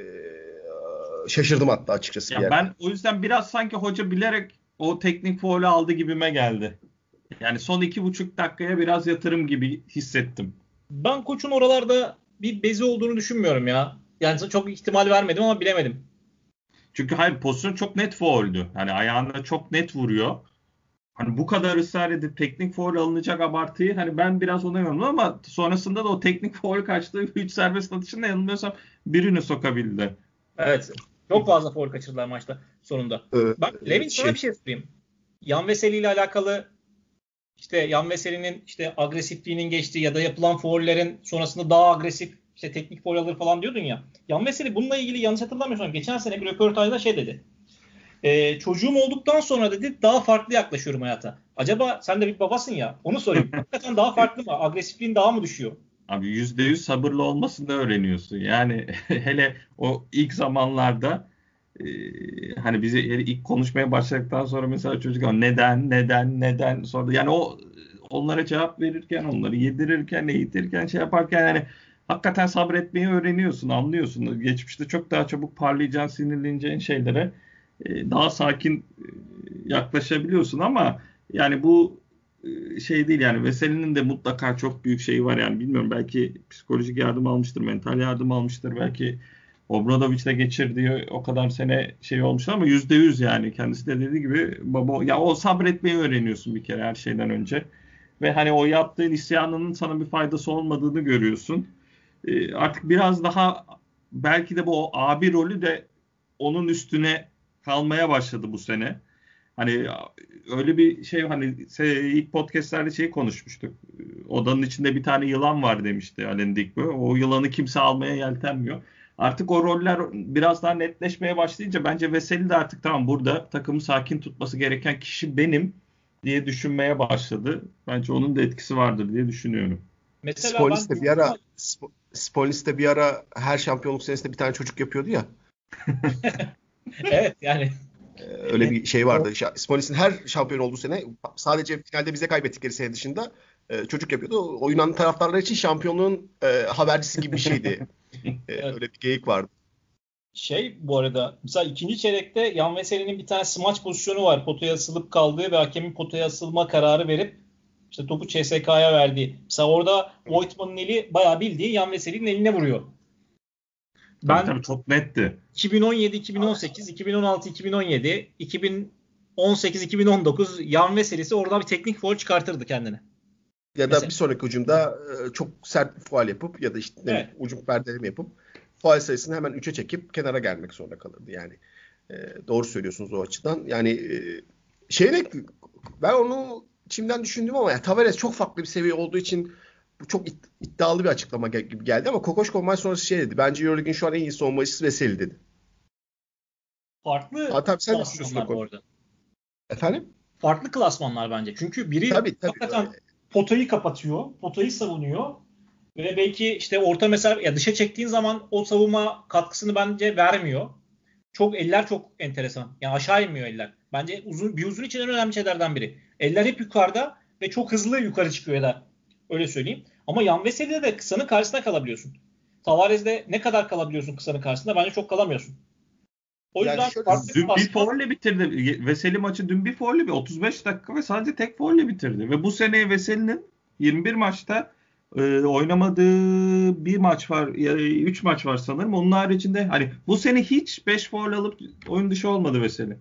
Şaşırdım hatta açıkçası bir Ya yerde. ben o yüzden biraz sanki hoca bilerek o teknik faulü aldı gibime geldi. Yani son 2,5 dakikaya biraz yatırım gibi hissettim. Ben koçun oralarda bir bezi olduğunu düşünmüyorum ya. Yani çok ihtimal vermedim ama bilemedim. Çünkü hayır, pozisyon çok net fauldü. Yani ayağına çok net vuruyor. Hani bu kadar ısrar edip teknik faul alınacak abartıyı hani ben biraz ona yorumladım ama sonrasında da o teknik faul kaçtığı 3 serbest atışında yanılmıyorsam birini sokabildi. Evet. Çok fazla faul kaçırdılar maçta sonunda. Bak Levin, sana bir şey sorayım. Yan Veseli ile alakalı işte Yan Veseli'nin işte agresifliğinin geçtiği ya da yapılan faullerin sonrasında daha agresif işte teknik faul alır falan diyordun ya. Yan Veseli bununla ilgili yanlış hatırlamıyorsam geçen sene bir röportajda şey dedi. Çocuğum olduktan sonra dedi daha farklı yaklaşıyorum hayata. Acaba sen de bir babasın ya, onu sorayım. Hakikaten daha farklı mı? Agresifliğin daha mı düşüyor? Abi %100 sabırlı olmasını öğreniyorsun. Yani hele o ilk zamanlarda hani bizi ilk konuşmaya başladıktan sonra mesela çocuk neden sonra yani onlara cevap verirken, onları yedirirken, eğitirken, şey yaparken yani hakikaten sabretmeyi öğreniyorsun, anlıyorsun. Geçmişte çok daha çabuk parlayacağın, sinirleneceğin şeylere daha sakin yaklaşabiliyorsun ama yani bu şey değil yani Veseli'nin de mutlaka çok büyük şeyi var yani bilmiyorum, belki psikolojik yardım almıştır, mental yardım almıştır, belki Obradovic'le geçirdiği o kadar sene şey olmuştur ama %100 yani kendisi de dediği gibi baba ya o sabretmeyi öğreniyorsun bir kere her şeyden önce ve hani o yaptığın isyanının sana bir faydası olmadığını görüyorsun. Artık biraz daha belki de bu abi rolü de onun üstüne kalmaya başladı bu sene. Hani öyle bir şey hani ilk podcastlerde şey konuşmuştuk. Odanın içinde bir tane yılan var demişti Alain Dikbö. O yılanı kimse almaya yeltenmiyor. Artık o roller biraz daha netleşmeye başlayınca bence Veseli de artık tamam burada takımı sakin tutması gereken kişi benim diye düşünmeye başladı. Bence onun da etkisi vardır diye düşünüyorum. Mesela Spolis de bir ara her şampiyonluk senesinde bir tane çocuk yapıyordu ya. Evet yani. Öyle bir şey vardı. Spolis'in her şampiyon olduğu sene sadece finalde bize kaybettikleri sene dışında çocuk yapıyordu. O Yunan taraftarları için şampiyonluğun habercisi gibi bir şeydi. Evet. Öyle bir geyik vardı. Bu arada mesela ikinci çeyrekte Yan Veseli'nin bir tane smaç pozisyonu var. Potaya asılıp kaldığı ve hakemin potaya asılma kararı verip işte topu CSK'ya verdiği. Mesela orada Voigtman'ın eli bayağı bildiği Yan Veseli'nin eline vuruyor. Tabii çok netti. 2017, 2018, 2016, 2017, 2018-2019 Yan Veseli'si oradan bir teknik foul çıkartırdı kendine. Ya da Mesela. bir sonraki hücumda çok sert bir faul yapıp ya da işte Evet. ucum perdeleme yapıp faul sayısını hemen 3'e çekip kenara gelmek zorunda kalırdı. Yani doğru söylüyorsunuz o açıdan. Yani ben onu içimden düşündüm ama yani Tavares çok farklı bir seviye olduğu için bu çok iddialı bir açıklama gibi geldi ama Kokoşkov maç sonrası şey dedi. Bence EuroLeague'in şu an en iyi savunmacısı Veseli dedi. Farklı Tabii sen ne düşünüyorsun o klasmanlar bu konuda? arada. Efendim? Farklı klasmanlar bence. Çünkü biri Tabii. hakikaten potayı kapatıyor, potayı savunuyor ve belki işte orta mesafe ya dışa çektiğin zaman o savunma katkısını bence vermiyor. Eller çok enteresan. Yani aşağı inmiyor eller. Bence bir uzun için en önemli şeylerden biri. Eller hep yukarıda ve çok hızlı yukarı çıkıyor eller. Öyle söyleyeyim. Ama Yan Veseli'de de kısanın karşısına kalabiliyorsun. Tavares'de ne kadar kalabiliyorsun kısanın karşısında? Bence çok kalamıyorsun. O Yani yüzden şöyle, farklı Dün bir klasman. faulle bitirdi. Veseli maçı dün bir faulle bir 35 dakika ve sadece tek faulle bitirdi. Ve bu sene Veseli'nin 21 maçta oynamadığı bir maç var, 3 maç var sanırım. Onun haricinde hani bu sene hiç 5 faul alıp oyun dışı olmadı Veseli.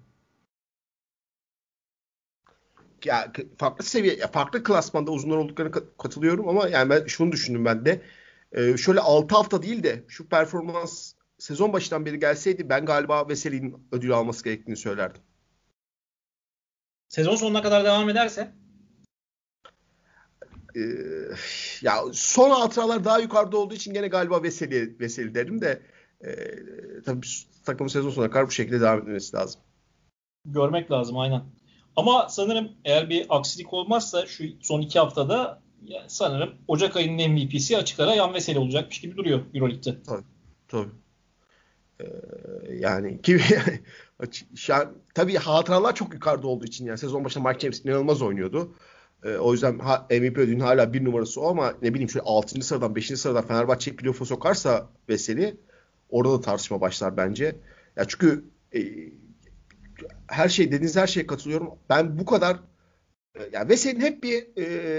ya farklı seviye, farklı klasmanda uzunlar olduklarına katılıyorum ama yani ben şunu düşündüm ben de. Şöyle 6 hafta değil de şu performans sezon başından beri gelseydi ben galiba Veseli'nin ödül alması gerektiğini söylerdim. Sezon sonuna kadar devam ederse Ee, ya son hatıralar daha yukarıda olduğu için gene galiba Veseli derim de tabii takım sezon sonuna kadar bu şekilde devam etmesi lazım. görmek lazım aynen. Ama sanırım eğer bir aksilik olmazsa şu son 2 haftada sanırım Ocak ayının MVP'si açık ara Yan Veseli olacakmış gibi duruyor EuroLeague'de. Tabii. Yani ki şu an tabii hatıralar çok yukarıda olduğu için yani sezon başında Mark James inanılmaz oynuyordu. O yüzden MVP ödülünün hala bir numarası o ama ne bileyim şöyle 6. sıradan 5. sıradan Fenerbahçe'yi playoff'a sokarsa Veseli orada da tartışma başlar bence. Ya çünkü dediğiniz her şeye katılıyorum. Ben bu kadar yani Veseli'nin hep bir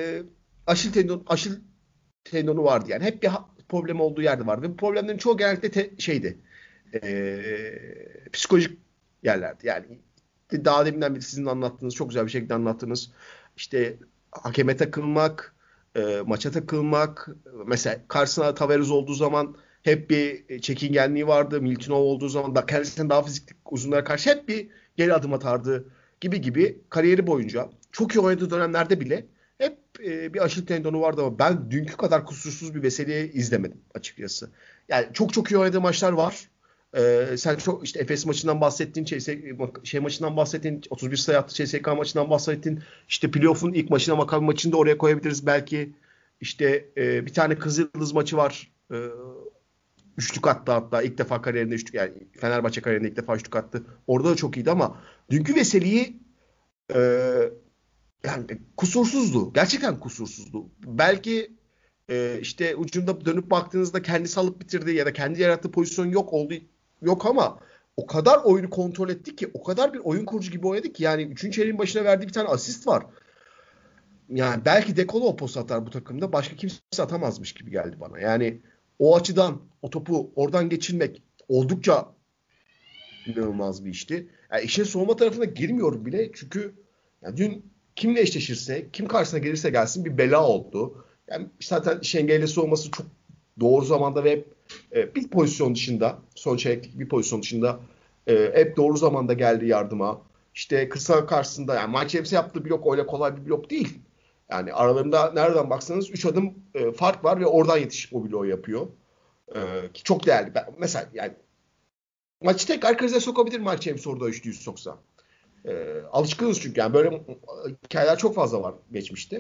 aşil tendonu vardı yani. Hep bir problem olduğu yerde vardı. Ve bu problemlerin çoğu genellikle şeydi. Psikolojik yerlerdi. Yani daha deminden beri sizin anlattığınız, çok güzel bir şekilde anlattığınız işte hakeme takılmak, maça takılmak, mesela karşısına Tavares olduğu zaman hep bir çekingenliği vardı. Miltinov olduğu zaman da kendisinden daha fizikli uzunlara karşı hep bir geri adım atardı gibi kariyeri boyunca çok iyi oynadığı dönemlerde bile hep bir Aşil tendonu vardı ama ben dünkü kadar kusursuz bir Veseli'yi izlemedim açıkçası. Yani çok iyi oynadığı maçlar var. Sen çok işte Efes maçından bahsettin, maçından bahsettin, 31 sayı attı CSKA maçından bahsettin. İşte playoff'un ilk maçına Maccabi maçını da oraya koyabiliriz belki. İşte bir tane Kızıldız maçı var. Üçlük attı hatta ilk defa kariyerinde üçlük, yani Fenerbahçe kariyerinde ilk defa üçlük attı. Orada da çok iyiydi ama dünkü Veseli'yi e, yani kusursuzdu. Gerçekten kusursuzdu. Belki işte ucunda dönüp baktığınızda kendisi alıp bitirdi ya da kendi yarattığı pozisyon yok ama o kadar oyunu kontrol etti ki, o kadar bir oyun kurucu gibi oynadı ki yani 3. çeyreğin başına verdiği bir tane asist var. Yani belki De Colo o post atar bu takımda. Başka kimse atamazmış gibi geldi bana. Yani o açıdan o topu oradan geçirmek oldukça inanılmaz bir işti. Yani işin soğuma tarafına girmiyorum bile. Çünkü yani dün kimle eşleşirse, kim karşısına gelirse gelsin bir bela oldu. Yani zaten Şengel'le soğuması çok doğru zamanda ve hep bir pozisyon dışında, son çeyreklik bir pozisyon dışında hep doğru zamanda geldi yardıma. İşte kısa karşısında yani Mike James'e yaptığı blok öyle kolay bir blok değil. Yani aralarında nereden baksanız 3 adım fark var ve oradan yetişip o bloğu yapıyor. Ki çok değerli. Mesela yani maçı tekrar krize sokabilir Mike James orada üçlüyü soksa. Alışkınız çünkü yani böyle hikayeler çok fazla var geçmişte.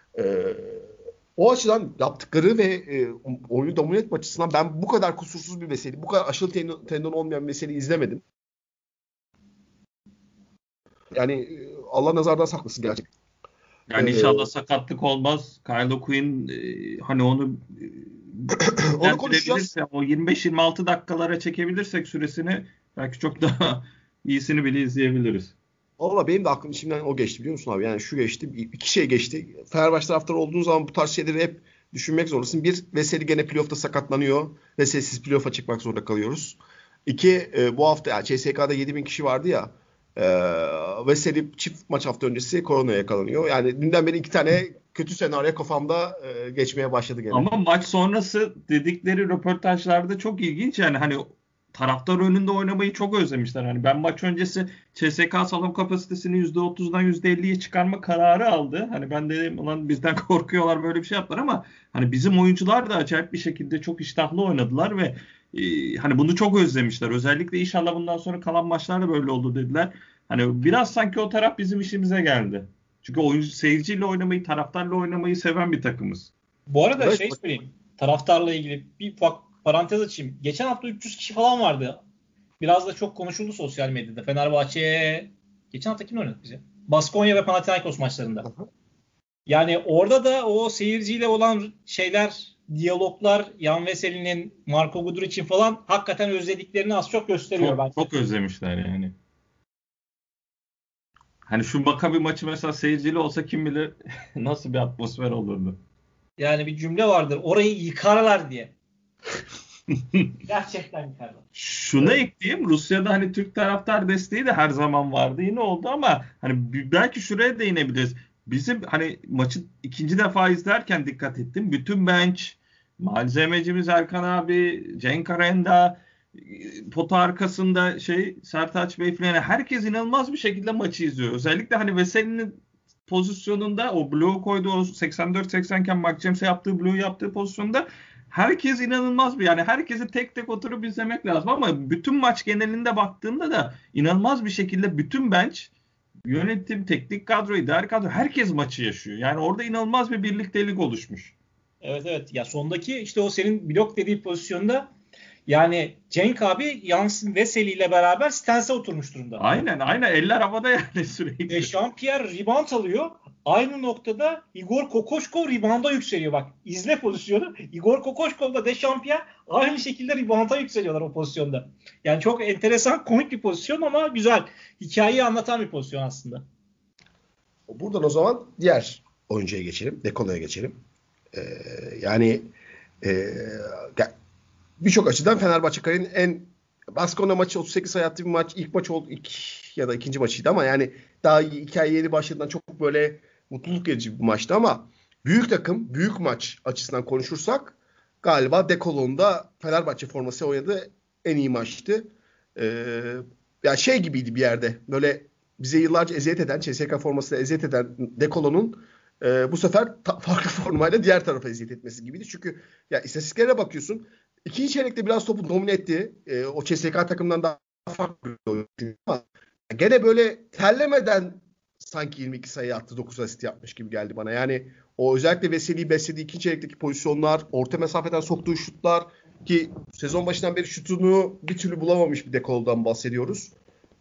O açıdan yaptıkları ve oyunu domine etme açısından ben bu kadar kusursuz bir mesele, bu kadar aşırı tendon olmayan bir meseleyi izlemedim. Yani Allah nazardan saklasın gerçekten. Yani inşallah sakatlık olmaz. Kylo Quinn hani onu onu konuşacağız. o 25-26 dakikalara çekebilirsek süresini belki çok daha iyisini bile izleyebiliriz. Valla benim de aklım içimden o geçti biliyor musun abi? Yani şu geçti. İki şey geçti. Fenerbahçe taraftarı olduğun zaman bu tarz şeyleri hep düşünmek zorundasın. Bir, Veseli gene playoff'ta sakatlanıyor. Veselisiz playoff'a çıkmak zorunda kalıyoruz. İki, bu hafta yani CSK'da 7.000 kişi vardı ya. Veseli çift maç hafta öncesi koronaya yakalanıyor. Yani dünden beri 2 tane kötü senaryo kafamda geçmeye başladı gene. Ama maç sonrası dedikleri röportajlarda çok ilginç. Yani hani taraftar önünde oynamayı çok özlemişler. Hani ben maç öncesi CSK salon kapasitesini %30'dan %50'ye çıkarma kararı aldı. Hani ben dedim ulan bizden korkuyorlar, böyle bir şey yaptılar ama hani bizim oyuncular da acayip bir şekilde çok iştahlı oynadılar ve hani bunu çok özlemişler. Özellikle inşallah bundan sonra kalan maçlarda böyle oldu dediler. Hani biraz sanki o taraf bizim işimize geldi. Çünkü oyuncu seyirciyle oynamayı, taraftarla oynamayı seven bir takımız. Bu arada şey söyleyeyim. Taraftarla ilgili bir ufak parantez açayım. Geçen hafta 300 kişi falan vardı. Biraz da çok konuşuldu sosyal medyada. Fenerbahçe geçen hafta kimle oynadık bize? Baskonya ve Panathinaikos maçlarında. Yani orada da o seyirciyle olan şeyler, diyaloglar, Yan Veseli'nin, Marko Guduric'in falan hakikaten özlediklerini az çok gösteriyor. Çok özlemişler yani. Hani şu Maccabi maçı mesela seyircili olsa kim bilir nasıl bir atmosfer olurdu. Yani bir cümle vardır. Orayı yıkarlar diye. Gerçekten yıkarlar. Şuna ekleyeyim. Rusya'da hani Türk taraftar desteği de her zaman vardı. Yine oldu ama hani belki şuraya değinebiliriz. Bizim hani maçı ikinci defa izlerken dikkat ettim. Bütün bench, malzemecimiz Erkan abi, Cenk Arenda, pota arkasında Sertaç Bey falan, yani herkes inanılmaz bir şekilde maçı izliyor. Özellikle hani Veseli'nin pozisyonunda o bloğu koydu, o 84-80 iken Mark James'e yaptığı bloğu yaptığı pozisyonda herkes inanılmaz bir, yani herkesi tek tek oturup izlemek lazım ama bütün maç genelinde baktığımda da inanılmaz bir şekilde bütün bench, yönetim, teknik kadro, idari kadro, herkes maçı yaşıyor. Yani orada inanılmaz bir birliktelik oluşmuş. Evet. Ya sondaki işte o senin blok dediği pozisyonda yani Cenk abi Yansın Veseli ile beraber stansa oturmuş durumda. Aynen eller havada yani sürekli. Dechampierre rebound alıyor. Aynı noktada Igor Kokoşkov rebound'a yükseliyor. Bak izle pozisyonu. Igor Kokoşkov'la Dechampierre aynı şekilde rebound'a yükseliyorlar o pozisyonda. Yani çok enteresan, komik bir pozisyon ama güzel. Hikayeyi anlatan bir pozisyon aslında. Buradan o zaman diğer oyuncuya geçelim. Dekolo'ya geçelim. Yani birçok açıdan Fenerbahçe kariyerinin en Baskonya maçı 38 sayı attığı bir maç. İlk maç oldu. Ya da ikinci maçıydı ama yani daha hikaye yeni başladığından çok böyle mutluluk verici bir maçtı ama büyük takım, büyük maç açısından konuşursak galiba Dekolo'nda Fenerbahçe forması oynadığı en iyi maçtı. Ya şey gibiydi bir yerde. Böyle bize yıllarca eziyet eden, CSKA formasıyla eziyet eden Dekolo'nun bu sefer farklı formayla diğer tarafa eziyet etmesi gibiydi. Çünkü ya istatistiklere bakıyorsun. İkinci çeyrekte biraz topu domine etti. O CSKA takımından daha farklı bir oyun. Ama gene böyle terlemeden sanki 22 sayı attı, 9 asist yapmış gibi geldi bana. Yani o özellikle Veseli'yi beslediği ikinci çeyrekteki pozisyonlar, orta mesafeden soktuğu şutlar ki sezon başından beri şutunu bir türlü bulamamış bir Dekolo'dan bahsediyoruz.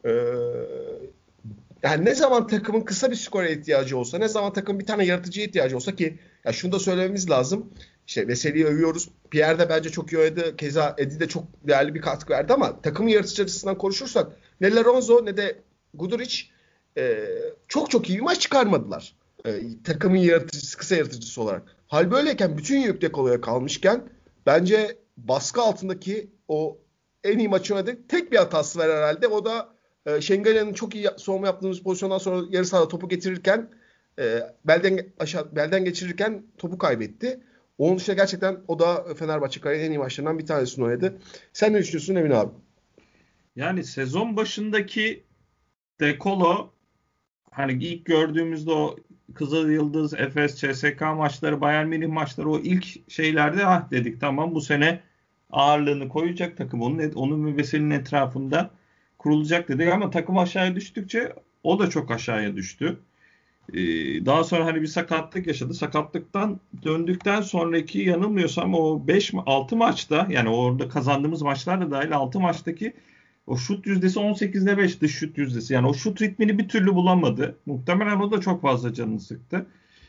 Yani ne zaman takımın kısa bir skora ihtiyacı olsa, ne zaman takımın bir tane yaratıcıya ihtiyacı olsa ki ya şunu da söylememiz lazım. İşte Veseli'yi övüyoruz. Pierre de bence çok iyi oynadı. Keza Eddie de çok değerli bir katkı verdi ama takımın yaratıcı açısından konuşursak ne Lorenzo ne de Guduric çok iyi bir maç çıkarmadılar. Takımın yaratıcısı, kısa yaratıcısı olarak. Hal böyleyken bütün yük Dekolo'ya kalmışken bence baskı altındaki o en iyi maçı oynadı. Tek bir hatası var herhalde. O da Şengelya'nın çok iyi savunma yaptığımız pozisyondan sonra yarı sahada topu getirirken belden geçirirken topu kaybetti. Onun dışında gerçekten o da Fenerbahçe kariyerinin en iyi maçlarından bir tanesini oynadı. Sen ne düşünüyorsun Emin abi? Yani sezon başındaki Dekolo, hani ilk gördüğümüzde o Kızılyıldız, Efes, CSKA maçları, Bayern Münih maçları, o ilk şeylerde dedik tamam bu sene ağırlığını koyacak takım, onun ve Veseli'nin etrafında kurulacak dedik ama takım aşağıya düştükçe o da çok aşağıya düştü. Daha sonra hani bir sakatlık yaşadı. Sakatlıktan döndükten sonraki yanılmıyorsam o 6 maçta, yani orada kazandığımız maçlar da dahil 6 maçtaki o şut yüzdesi 18'de 5 dış şut yüzdesi. Yani o şut ritmini bir türlü bulamadı. Muhtemelen o da çok fazla canını sıktı.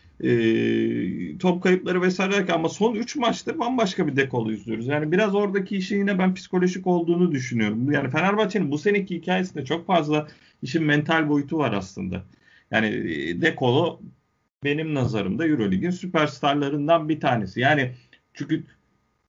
Top kayıpları vesaire derken ama son 3 maçtır bambaşka bir Dekolo izliyoruz. Yani biraz oradaki işin yine ben psikolojik olduğunu düşünüyorum. Yani Fenerbahçe'nin bu seneki hikayesinde çok fazla işin mental boyutu var aslında. Yani Dekolo benim nazarımda Euroleague'in süperstarlarından bir tanesi. Yani çünkü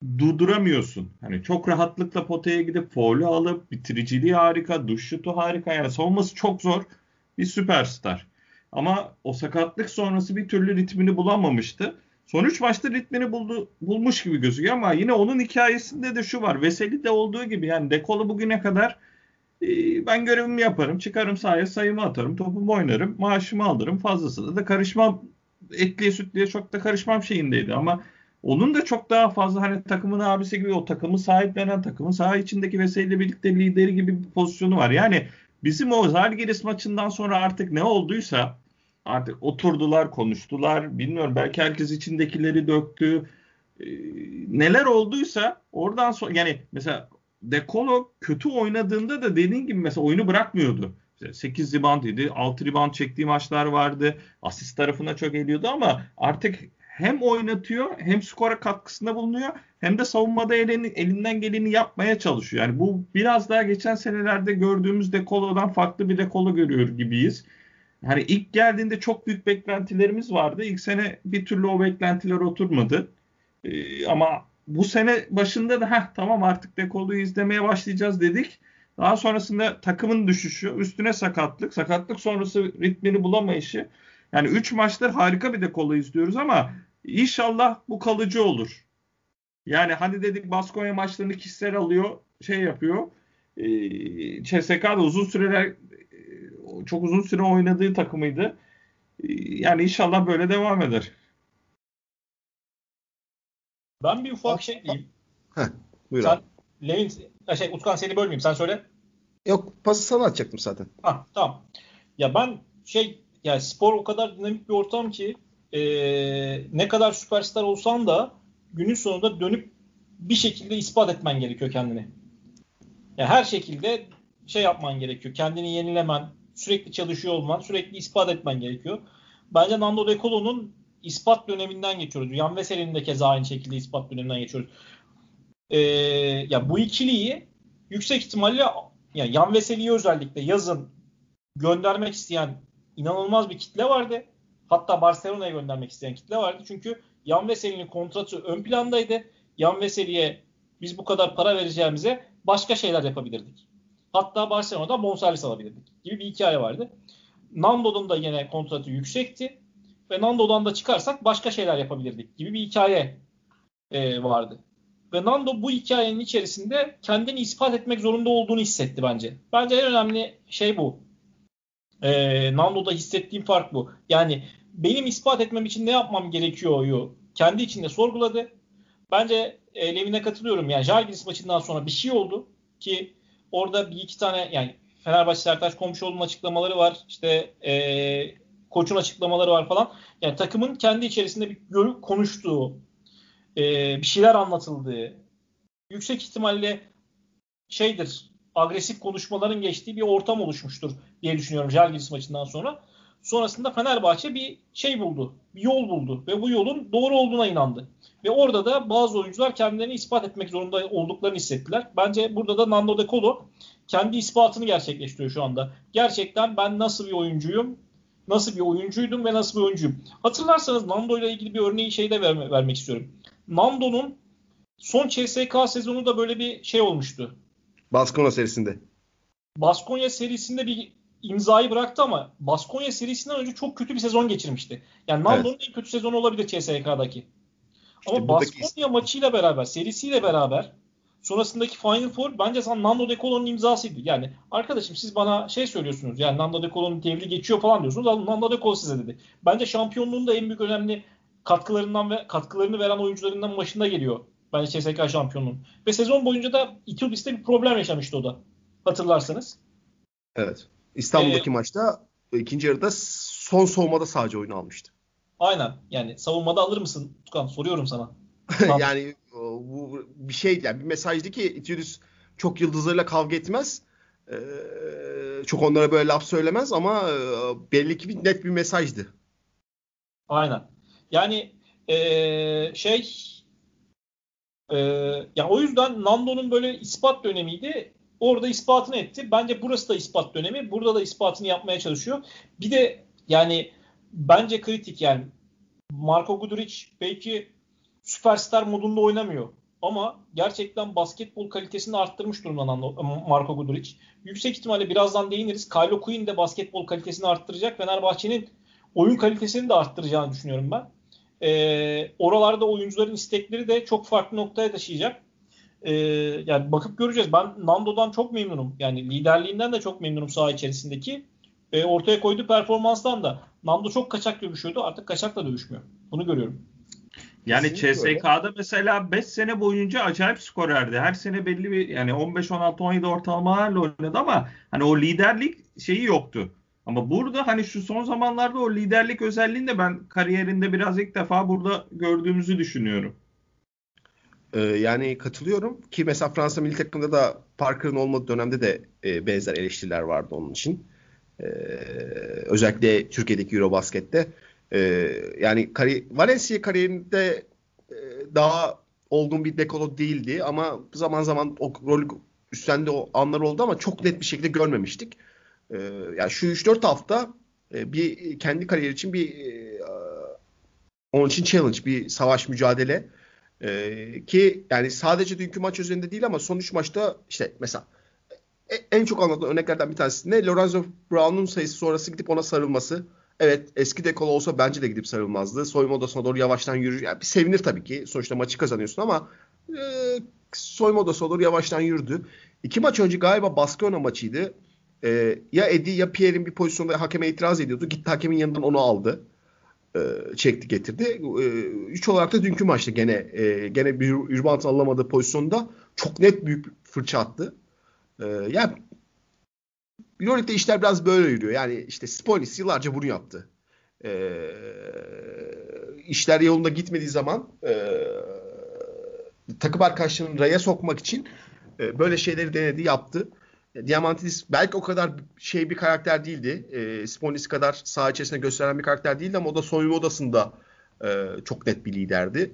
durduramıyorsun. Hani çok rahatlıkla potaya gidip faulü alıp bitiriciliği harika, duş şutu harika. Yani savunması çok zor bir süperstar. Ama o sakatlık sonrası bir türlü ritmini bulamamıştı. Son 3 maçta ritmini bulmuş gibi gözüküyor ama yine onun hikayesinde de şu var. Veseli'de olduğu gibi yani De Colo bugüne kadar ben görevimi yaparım, çıkarım sahaya sayımı atarım, topumu oynarım, maaşımı alırım. Fazlasını da karışmam, etliye sütlüye çok da karışmam şeyindeydi. Ama onun da çok daha fazla hani takımın abisi gibi o takımı sahiplenen, takımın saha içindeki Veseli'yle birlikte lideri gibi bir pozisyonu var. Yani bizim o Zalgiris maçından sonra artık ne olduysa artık oturdular, konuştular. Bilmiyorum belki herkes içindekileri döktü. Ee, Neler olduysa oradan sonra yani mesela De Colo kötü oynadığında da dediğin gibi mesela oyunu bırakmıyordu. 8 rebound yedi, 6 rebound çektiği maçlar vardı. Asist tarafına çok geliyordu ama artık hem oynatıyor hem skora katkısında bulunuyor hem de savunmada elinden geleni yapmaya çalışıyor. Yani bu biraz daha geçen senelerde gördüğümüz De Colo'dan farklı bir De Colo görüyor gibiyiz. Hani ilk geldiğinde çok büyük beklentilerimiz vardı. İlk sene bir türlü o beklentiler oturmadı. Ama bu sene başında da tamam artık De Colo'yu izlemeye başlayacağız dedik. Daha sonrasında takımın düşüşü, üstüne sakatlık, sakatlık sonrası ritmini bulamayışı. Yani 3 maçtır harika bir De Colo izliyoruz ama inşallah bu kalıcı olur. Yani hani dedik Baskonya maçlarını kişisel alıyor, şey yapıyor. CSKA da uzun süreler çok uzun süre oynadığı takımıydı. Yani inşallah böyle devam eder. Ben bir ufak şey diyeyim. Heh, buyur Sen abi. Levin, Utkan seni bölmeyeyim. Sen söyle. Yok, pası sana atacaktım zaten. Tamam. Ya ben yani spor o kadar dinamik bir ortam ki ne kadar süperstar olsan da günün sonunda dönüp bir şekilde ispat etmen gerekiyor kendini. Ya her şekilde şey yapman gerekiyor. Kendini yenilemen, sürekli çalışıyor olman, sürekli ispat etmen gerekiyor. Bence Nando De Colo'nun ispat döneminden geçiyoruz. Jan Veseli'nin de keza aynı şekilde ispat döneminden geçiyoruz. Ya bu ikiliyi yüksek ihtimalle yani Jan Veseli'yi özellikle yazın göndermek isteyen inanılmaz bir kitle vardı. Hatta Barcelona'ya göndermek isteyen kitle vardı. Çünkü Jan Veseli'nin kontratı ön plandaydı. Jan Veseli'ye biz bu kadar para vereceğimize başka şeyler yapabilirdik. Hatta Barcelona'dan bonservis alabilirdik gibi bir hikaye vardı. Nando'nun da yine kontratı yüksekti. Ve Nando'dan da çıkarsak başka şeyler yapabilirdik gibi bir hikaye vardı. Ve Nando bu hikayenin içerisinde kendini ispat etmek zorunda olduğunu hissetti bence. Bence en önemli şey bu. Nando'da hissettiğim fark bu. Yani benim ispat etmem için ne yapmam gerekiyor kendi içinde sorguladı. Bence Levin'e katılıyorum. Yani Žalgiris maçından sonra bir şey oldu ki orada bir iki tane yani Fenerbahçe Sertaç Komşuoğlu'nun açıklamaları var. İşte koçun açıklamaları var falan. Yani takımın kendi içerisinde bir konuştuğu, bir şeyler anlatıldığı, yüksek ihtimalle agresif konuşmaların geçtiği bir ortam oluşmuştur diye düşünüyorum Žalgiris maçından sonra. Sonrasında Fenerbahçe bir şey buldu, bir yol buldu ve bu yolun doğru olduğuna inandı. Ve orada da bazı oyuncular kendilerini ispat etmek zorunda olduklarını hissettiler. Bence burada da Nando De Colo kendi ispatını gerçekleştiriyor şu anda. Gerçekten ben nasıl bir oyuncuyum, nasıl bir oyuncuydum ve nasıl bir oyuncuyum. Hatırlarsanız Nando ile ilgili bir örneği vermek istiyorum. Nando'nun son CSKA sezonu da böyle bir şey olmuştu. Baskonya serisinde. Baskonya serisinde bir imzayı bıraktı ama Baskonya serisinden önce çok kötü bir sezon geçirmişti. Yani Nando'nun en kötü sezonu olabilir CSK'daki. İşte Ama Baskonya maçıyla beraber, serisiyle beraber sonrasındaki Final Four bence Nando De Colo'nun imzasıydı. Yani arkadaşım siz bana söylüyorsunuz. Yani Nando De Colo'nun devri geçiyor falan diyorsunuz. Nando De Colo size dedi. Bence şampiyonluğun da en büyük önemli katkılarını veren oyuncularından başında geliyor. Bence CSK şampiyonluğun. Ve sezon boyunca da Itudis'te bir problem yaşamıştı o da. Hatırlarsanız. Evet. İstanbul'daki maçta ikinci yarıda son soğumada sadece oyunu almıştı. Aynen. Yani savunmada alır mısın Tukan? Soruyorum sana. Yani bu bir şey yani bir mesajdı ki Itudis çok yıldızlarıyla kavga etmez. Çok onlara böyle laf söylemez ama belli ki net bir mesajdı. Aynen. Yani ya o yüzden Nando'nun böyle ispat dönemiydi. Orada ispatını etti. Bence burası da ispat dönemi. Burada da ispatını yapmaya çalışıyor. Bir de yani bence kritik yani Marko Guduric belki süperstar modunda oynamıyor. ama gerçekten basketbol kalitesini arttırmış durumda Marko Guduric. Yüksek ihtimalle birazdan değiniriz. Kylo Quinn de basketbol kalitesini arttıracak. Fenerbahçe'nin oyun kalitesini de arttıracağını düşünüyorum ben. Oralarda oyuncuların istekleri de çok farklı noktaya taşıyacak. Yani bakıp göreceğiz. Ben Nando'dan çok memnunum. Yani liderliğinden de çok memnunum saha içerisindeki. Ortaya koyduğu performanstan da. Nando çok kaçak dövüşüyordu. Artık kaçakla dövüşmüyor. Bunu görüyorum. Yani CSK'da mesela 5 sene boyunca acayip skorerdi. Her sene belli bir yani 15, 16, 17 ortalamalarla oynadı ama hani o liderlik şeyi yoktu. Ama burada hani şu son zamanlarda o liderlik özelliğini de ben kariyerinde biraz ilk defa burada gördüğümüzü düşünüyorum. Yani katılıyorum ki mesela Fransa milli takımında da Parker'ın olmadığı dönemde de benzer eleştiriler vardı onun için. Özellikle Türkiye'deki Eurobasket'te. Yani Valencia kariyerinde daha olgun bir dekolo değildi ama zaman zaman o rolü üstlendi, o anlar oldu ama çok net bir şekilde görmemiştik. Yani şu 3-4 hafta bir kendi kariyeri için onun için challenge, bir savaş, mücadele. Ki yani sadece dünkü maç üzerinde değil ama son 3 maçta işte mesela en çok anlatılan örneklerden bir tanesi ne? Lorenzo Brown'un sayısı sonrası gidip ona sarılması. Evet, eski dekolo olsa bence de gidip sarılmazdı. Soyunma odasına doğru yavaştan yürür. Yani bir sevinir tabii ki. Sonuçta maçı kazanıyorsun ama soyunma odasına doğru yavaştan yürüdü. 2 maç önce galiba Baskonia maçıydı. Ya Eddie ya Pierre'in bir pozisyonda hakeme itiraz ediyordu. Gitti hakemin yanından onu aldı. Çekti getirdi. 3 olarak da dünkü maçta gene bir Urbant'ın alamadığı pozisyonda çok net büyük fırça attı. Yani Euroleague'de işler biraz böyle yürüyor. Yani işte Spolis yıllarca bunu yaptı. İşler yolunda gitmediği zaman takım arkadaşlarını raya sokmak için böyle şeyleri denedi, yaptı. Diamantidis belki o kadar bir karakter değildi. Spolis kadar saha içerisinde gösteren bir karakter değildi ama o da soyunma odasında çok net bir liderdi.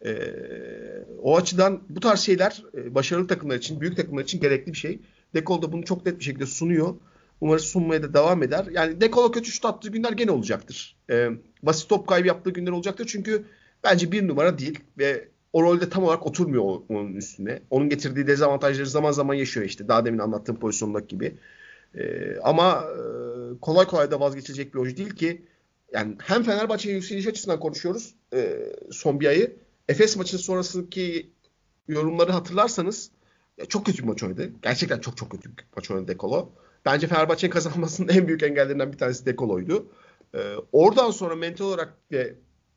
O açıdan bu tarz şeyler başarılı takımlar için, büyük takımlar için gerekli bir şey. Dekol da bunu çok net bir şekilde sunuyor. Umarız sunmaya da devam eder. Yani Dekol'a kötü şut attığı günler gene olacaktır. Basit top kaybı yaptığı günler olacaktır. Çünkü bence bir numara değil ve o rolde tam olarak oturmuyor onun üstüne. Onun getirdiği dezavantajları zaman zaman yaşıyor işte. Daha demin anlattığım pozisyondaki gibi. Ama kolay kolay da vazgeçilecek bir oyuncu değil ki. Yani hem Fenerbahçe'nin yükseliş açısından konuşuyoruz son bir ayı. Efes maçının sonrasındaki yorumları hatırlarsanız çok kötü bir maç oynadı. Gerçekten çok çok kötü bir maç oynadı Dekolo. Bence Fenerbahçe'nin kazanmasının en büyük engellerinden bir tanesi Dekolo'ydu. Oradan sonra mental olarak ve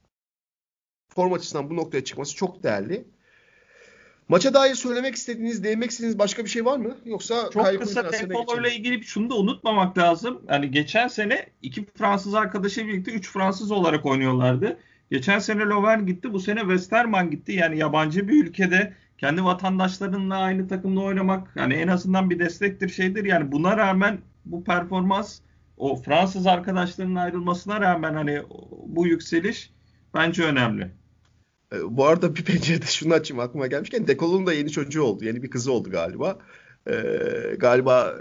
form açısından bu noktaya çıkması çok değerli. Maça dair söylemek istediğiniz, değinmek istediğiniz başka bir şey var mı? Yoksa çok kısa Dekolo ile ilgili şunu da unutmamak lazım. Yani geçen sene 2 Fransız arkadaşı birlikte 3 Fransız olarak oynuyorlardı. Geçen sene Lovren gitti, bu sene Westerman gitti. Yani yabancı bir ülkede kendi vatandaşlarınla aynı takımda oynamak yani en azından bir destektir, şeydir. Yani buna rağmen bu performans, o Fransız arkadaşlarının ayrılmasına rağmen hani bu yükseliş bence önemli. Bu arada bir pencerede şunu açayım aklıma gelmişken Dekolo'nun da yeni çocuğu oldu. Yeni bir kızı oldu galiba. Galiba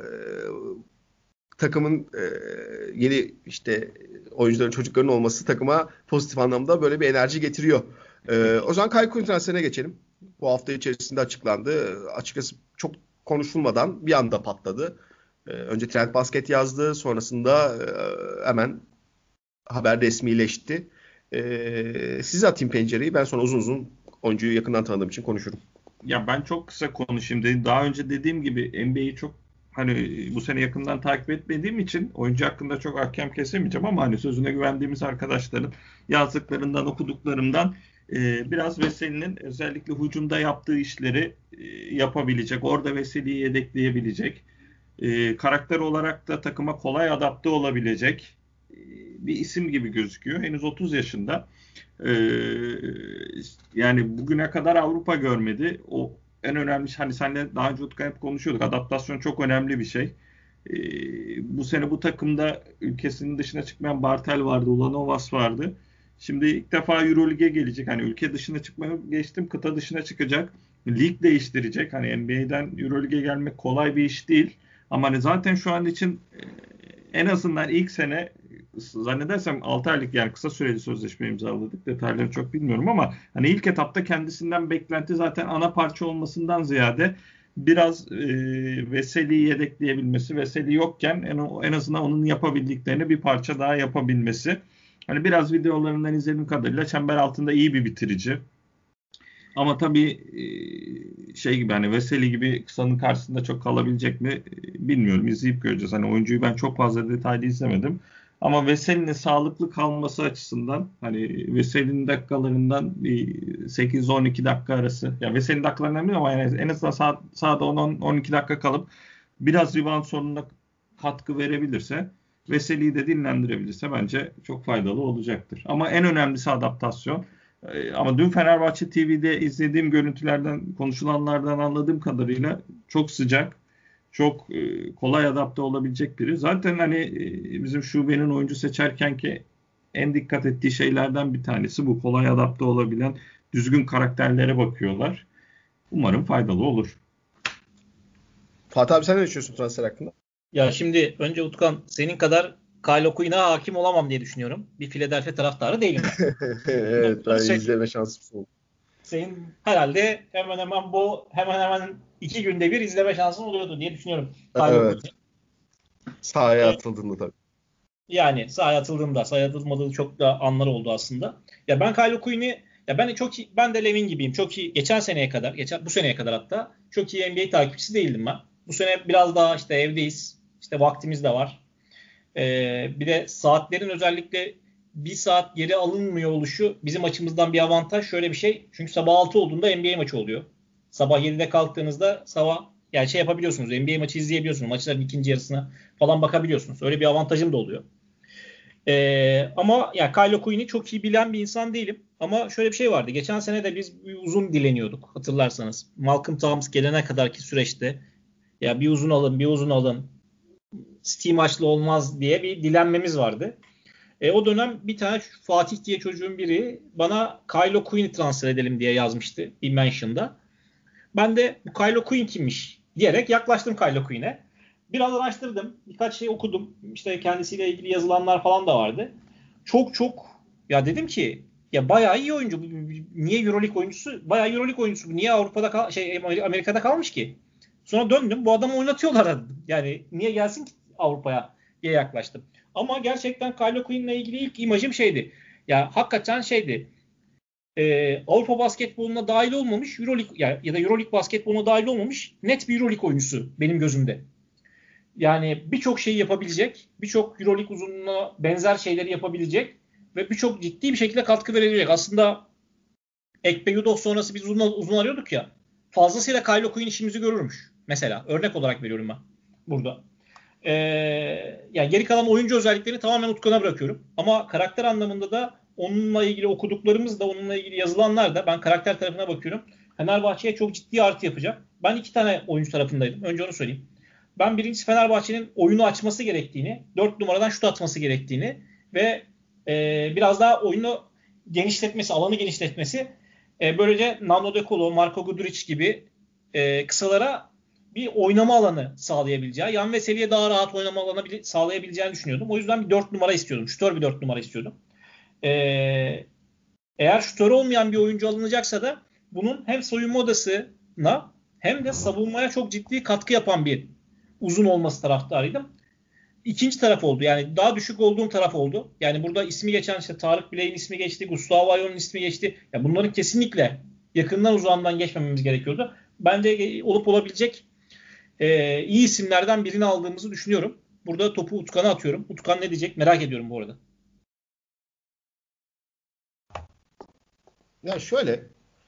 takımın yeni işte oyuncuların çocukların olması takıma pozitif anlamda böyle bir enerji getiriyor. O zaman Kayku transferine geçelim. Bu hafta içerisinde açıklandı. Açıkçası çok konuşulmadan bir anda patladı. Önce Trend Basket yazdı. Sonrasında hemen haber resmileşti. Size atayım pencereyi. Ben sonra uzun uzun oyuncuyu yakından tanıdığım için konuşurum. Ya ben çok kısa konuşayım. Daha önce dediğim gibi NBA'yi çok hani bu sene yakından takip etmediğim için oyuncu hakkında çok hakem kesemeyeceğim ama hani sözüne güvendiğimiz arkadaşların yazdıklarından, okuduklarımdan biraz Veseli'nin özellikle hücumda yaptığı işleri yapabilecek, orada Veseli'yi yedekleyebilecek, karakter olarak da takıma kolay adapte olabilecek bir isim gibi gözüküyor. Henüz 30 yaşında. Yani bugüne kadar Avrupa görmedi. O en önemli, hani seninle daha önce hep konuşuyorduk. Adaptasyon çok önemli bir şey. Bu sene bu takımda ülkesinin dışına çıkmayan Bartel vardı, Ulanovas vardı. Şimdi ilk defa Euroleague'e gelecek. Hani ülke dışına çıkmaya geçtim, kıta dışına çıkacak. Lig değiştirecek. Hani NBA'den Euroleague'e gelmek kolay bir iş değil. Ama hani zaten şu an için en azından ilk sene zannedersem 6 aylık yani kısa süreli sözleşme imzaladık. Detayları çok bilmiyorum ama hani ilk etapta kendisinden beklenti zaten ana parça olmasından ziyade biraz Veseli'yi yedekleyebilmesi, Veseli yokken en azından onun yapabildiklerini bir parça daha yapabilmesi. Hani biraz videolarından izlediğim kadarıyla çember altında iyi bir bitirici. Ama tabii şey gibi hani Veseli gibi kısanın karşısında çok kalabilecek mi bilmiyorum. İzleyip göreceğiz. Hani oyuncuyu ben çok fazla detaylı izlemedim. Ama Veseli'nin sağlıklı kalması açısından hani Veseli'nin dakikalarından 8-12 dakika arası. Ya Veseli'nin dakikalarından değil ama yani en azından sahada 10-12 dakika kalıp biraz rebound sorununa katkı verebilirse, Veseli'yi de dinlendirebilirse bence çok faydalı olacaktır. Ama en önemlisi adaptasyon. Ama dün Fenerbahçe TV'de izlediğim görüntülerden, konuşulanlardan anladığım kadarıyla çok sıcak, çok kolay adapte olabilecek biri. Zaten hani bizim şubenin oyuncu seçerken ki en dikkat ettiği şeylerden bir tanesi bu. Kolay adapte olabilen, düzgün karakterlere bakıyorlar. Umarım faydalı olur. Fatih abi sen ne düşünüyorsun transfer hakkında? Ya şimdi önce Utkan senin kadar Kyle O'Quinn'a hakim olamam diye düşünüyorum. Bir Philadelphia taraftarı değilim ben. Evet, ben izleme şansım oldu. Senin herhalde hemen hemen 2 günde bir izleme şansın oluyordu diye düşünüyorum Kyle Evet. O'Quinn'i. Sahaya atıldığında tabii. Yani sahaya atıldığında, sahaya atılmadığı çok da anlar oldu aslında. Ya ben Kyle O'Quinn'i ben de Levin gibiyim. Çok iyi bu seneye kadar hatta çok iyi NBA takipçisi değildim ben. Bu sene biraz daha işte evdeyiz. İşte vaktimiz de var. Bir de saatlerin özellikle bir saat geri alınmıyor oluşu bizim açımızdan bir avantaj. Şöyle bir şey. Çünkü sabah 6 olduğunda NBA maçı oluyor. Sabah 7'de kalktığınızda yani şey yapabiliyorsunuz. NBA maçı izleyebiliyorsunuz. Maçların ikinci yarısına falan bakabiliyorsunuz. Öyle bir avantajım da oluyor. Ama ya Kyle O'Quinn'i çok iyi bilen bir insan değilim. Ama şöyle bir şey vardı. Geçen sene de biz bir uzun dileniyorduk hatırlarsanız. Malcolm Thomas gelene kadarki süreçte ya bir uzun alın, bir uzun alın. Steam maçlı olmaz diye bir dilenmemiz vardı. O dönem bir tane Fatih diye çocuğun biri bana Kyle O'Quinn'i transfer edelim diye yazmıştı bir mention'da. Ben de bu Kyle O'Quinn kimmiş diyerek yaklaştım Kyle O'Quinn'e. Biraz araştırdım. Birkaç şey okudum. İşte kendisiyle ilgili yazılanlar falan da vardı. Çok ya dedim ki ya bayağı iyi oyuncu. Niye EuroLeague oyuncusu? Bayağı EuroLeague oyuncusu. Niye Amerika'da kalmış ki? Sonra döndüm. Bu adamı oynatıyorlar dedim. Yani niye gelsin ki Avrupa'ya diye yaklaştım. Ama gerçekten Kyle O'Quinn'le ilgili ilk imajım şeydi. Ya hakikaten şeydi. Avrupa basketboluna dahil olmamış EuroLeague ya da EuroLeague basketboluna dahil olmamış net bir EuroLeague oyuncusu benim gözümde. Yani birçok şeyi yapabilecek, birçok EuroLeague uzunluğuna benzer şeyleri yapabilecek ve birçok ciddi bir şekilde katkı verebilecek. Aslında Ekpe Yudov sonrası biz uzun arıyorduk ya. Fazlasıyla Kyle O'Quinn işimizi görürmüş. Mesela örnek olarak veriyorum ben burada. Yani geri kalan oyuncu özelliklerini tamamen Utkan'a bırakıyorum. Ama karakter anlamında da onunla ilgili okuduklarımız da onunla ilgili yazılanlar da ben karakter tarafına bakıyorum. Fenerbahçe'ye çok ciddi artı yapacak. Ben 2 tane oyuncu tarafındaydım. Önce onu söyleyeyim. Ben birincisi Fenerbahçe'nin oyunu açması gerektiğini, 4 numaradan şut atması gerektiğini ve biraz daha oyunu genişletmesi, alanı genişletmesi. Böylece Nando De Colo, Marko Guduric gibi kısalara bir oynama alanı sağlayabileceği, yan ve seviye daha rahat oynama alanı sağlayabileceğini düşünüyordum. O yüzden bir 4 numara istiyordum. Şutör bir 4 numara istiyordum. Eğer şutör olmayan bir oyuncu alınacaksa da bunun hem soyunma odasına hem de savunmaya çok ciddi katkı yapan bir uzun olması taraftarıydım. İkinci taraf oldu. Yani daha düşük olduğum taraf oldu. Yani burada ismi geçen işte Tarık Bilek'in ismi geçti, Gustavo Ayon'un ismi geçti. Ya bunların kesinlikle yakından uzağından geçmememiz gerekiyordu. Bence olup olabilecek iyi isimlerden birini aldığımızı düşünüyorum. Burada topu Utkan'a atıyorum. Utkan ne diyecek merak ediyorum bu arada. Ya şöyle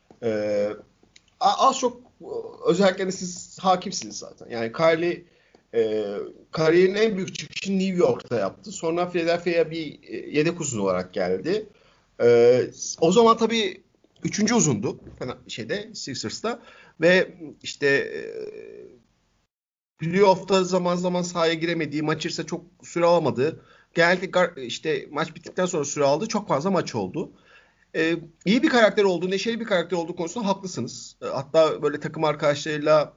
az çok özellikle siz hakimsiniz zaten. Yani Kylie kariyerinin en büyük çıkışını New York'ta yaptı. Sonra Philadelphia'ya bir yedek uzun olarak geldi. O zaman tabii 3. uzundu Sixers'ta ve işte playoff'ta zaman zaman sahaya giremediği, maç içerisinde çok süre alamadığı, genellikle işte maç bittikten sonra süre aldığı çok fazla maç oldu. İyi bir karakter olduğu, neşeli bir karakter olduğu konusunda haklısınız. Hatta böyle takım arkadaşlarıyla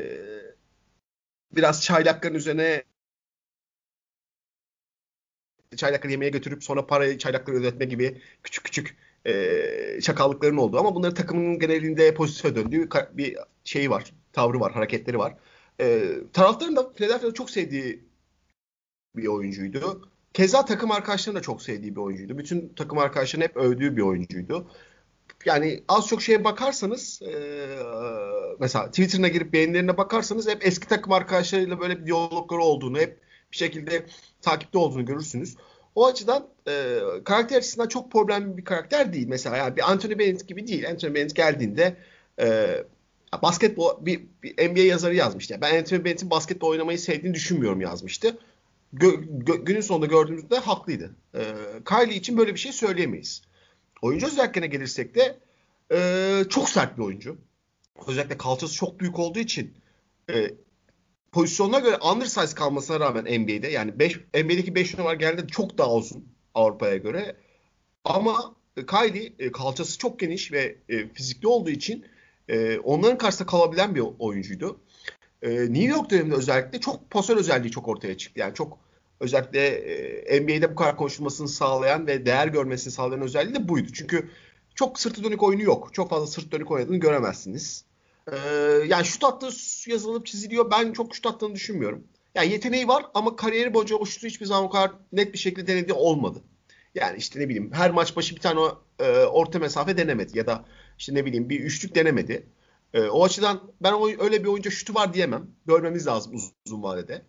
biraz çaylakların üzerine çaylakları yemeğe götürüp sonra parayı çaylakları ödetme gibi küçük küçük çakallıkların olduğu ama bunların takımın genelinde pozitife döndüğü bir şeyi var. Tavrı var, hareketleri var. Taraftarın da Philadelphia'da çok sevdiği bir oyuncuydu. Keza takım arkadaşlarının da çok sevdiği bir oyuncuydu. Bütün takım arkadaşlarının hep övdüğü bir oyuncuydu. Yani az çok şeye bakarsanız mesela Twitter'ına girip beğenilerine bakarsanız hep eski takım arkadaşlarıyla böyle bir diyalogları olduğunu, hep bir şekilde takipte olduğunu görürsünüz. O açıdan karakter açısından çok problemli bir karakter değil. Mesela yani bir Anthony Bennett gibi değil. Anthony Bennett geldiğinde basketbol bir NBA yazarı yazmıştı. Yani ben Anthony Bennett'in basketbol oynamayı sevdiğini düşünmüyorum yazmıştı. Günün sonunda gördüğümüzde haklıydı. Kylie için böyle bir şey söyleyemeyiz. Oyuncu özelliklerine gelirsek de çok sert bir oyuncu. Özellikle kalçası çok büyük olduğu için pozisyonuna göre undersize kalmasına rağmen NBA'de yani NBA'deki 5 numara geldiğinde çok daha uzun Avrupa'ya göre. Ama Kylie kalçası çok geniş ve fizikli olduğu için onların karşısında kalabilen bir oyuncuydu. New York döneminde özellikle çok pasör özelliği çok ortaya çıktı. Yani çok özellikle NBA'de bu kadar konuşulmasını sağlayan ve değer görmesini sağlayan özelliği de buydu. Çünkü çok sırtı dönük oyunu yok. Çok fazla sırt dönük oynadığını göremezsiniz. Yani şut attığı yazılıp çiziliyor. Ben çok şut attığını düşünmüyorum. Yani yeteneği var ama kariyeri boyunca o şutu hiçbir zaman o kadar net bir şekilde denediği olmadı. Yani işte ne bileyim her maç başı bir tane orta mesafe denemedi ya da işte ne bileyim bir üçlük denemedi. O açıdan ben öyle bir oyuncu şutu var diyemem. Görmemiz lazım uzun vadede.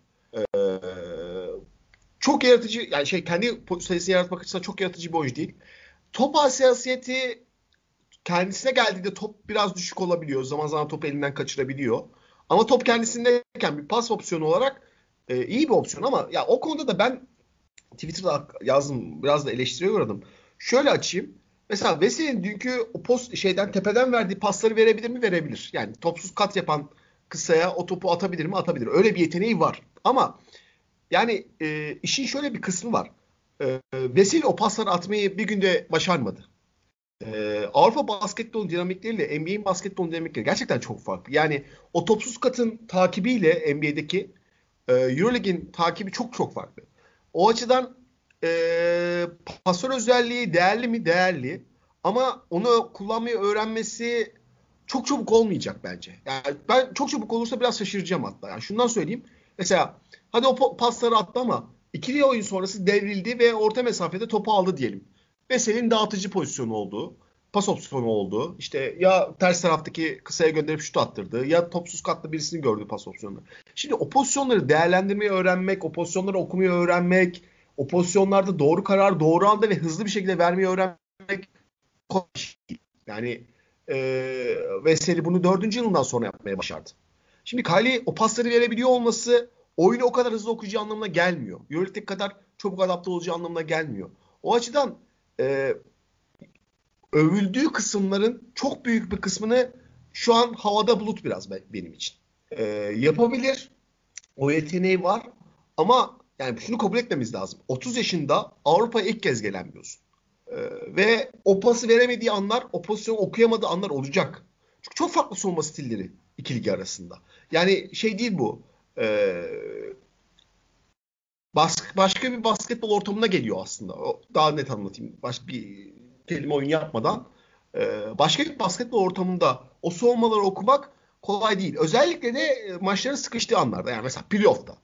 Çok yaratıcı yani kendi sayısını yaratmak açısından çok yaratıcı bir oyuncu değil. Top hassasiyeti kendisine geldiğinde top biraz düşük olabiliyor. Zaman zaman topu elinden kaçırabiliyor. Ama top kendisindeyken bir pas opsiyonu olarak iyi bir opsiyon ama ya o konuda da ben Twitter'da yazdım. Biraz da eleştiriye uğradım. Şöyle açayım. Mesela Veseli'nin dünkü o tepeden verdiği pasları verebilir mi? Verebilir. Yani topsuz kat yapan kısaya o topu atabilir mi? Atabilir. Öyle bir yeteneği var. Ama yani işin şöyle bir kısmı var. Veseli o pasları atmayı bir günde başarmadı. Avrupa basketbol dinamikleriyle NBA'in basketbol dinamikleri gerçekten çok farklı. Yani o topsuz katın takibiyle NBA'deki Euroleague'in takibi çok çok farklı. O açıdan pasör özelliği değerli mi? Değerli. Ama onu kullanmayı öğrenmesi çok çabuk olmayacak bence. Yani ben çok çabuk olursa biraz şaşıracağım hatta. Yani şundan söyleyeyim. Mesela hadi o pasları attı ama ikili oyun sonrası devrildi ve orta mesafede topu aldı diyelim. Ve senin dağıtıcı pozisyonu olduğu, pas opsiyonu olduğu, işte ya ters taraftaki kısaya gönderip şut attırdı ya topsuz katlı birisini gördü pas opsiyonunu. Şimdi o pozisyonları değerlendirmeyi öğrenmek, o pozisyonları okumayı öğrenmek, o pozisyonlarda doğru karar, doğru anda ve hızlı bir şekilde vermeyi öğrenmek kolay bir şey değil. Yani Veseli bunu 4. yılından sonra yapmaya başardı. Şimdi Kylie o pasları verebiliyor olması oyunu o kadar hızlı okuyacağı anlamına gelmiyor. Euroleague'deki kadar çabuk adapte olacağı anlamına gelmiyor. O açıdan övüldüğü kısımların çok büyük bir kısmını şu an havada bulut biraz benim için. Yapabilir. O yeteneği var. Ama yani şunu kabul etmemiz lazım. 30 yaşında Avrupa'ya ilk kez gelen bir uzun. Ve o pası veremediği anlar, o pozisyonu okuyamadığı anlar olacak. Çünkü çok farklı savunma stilleri iki ligi arasında. Yani şey değil bu. Başka bir basketbol ortamına geliyor aslında. Daha net anlatayım. Başka bir kelime oyun yapmadan. Başka bir basketbol ortamında o savunmaları okumak kolay değil. Özellikle de maçların sıkıştığı anlarda. Yani mesela playoff'ta.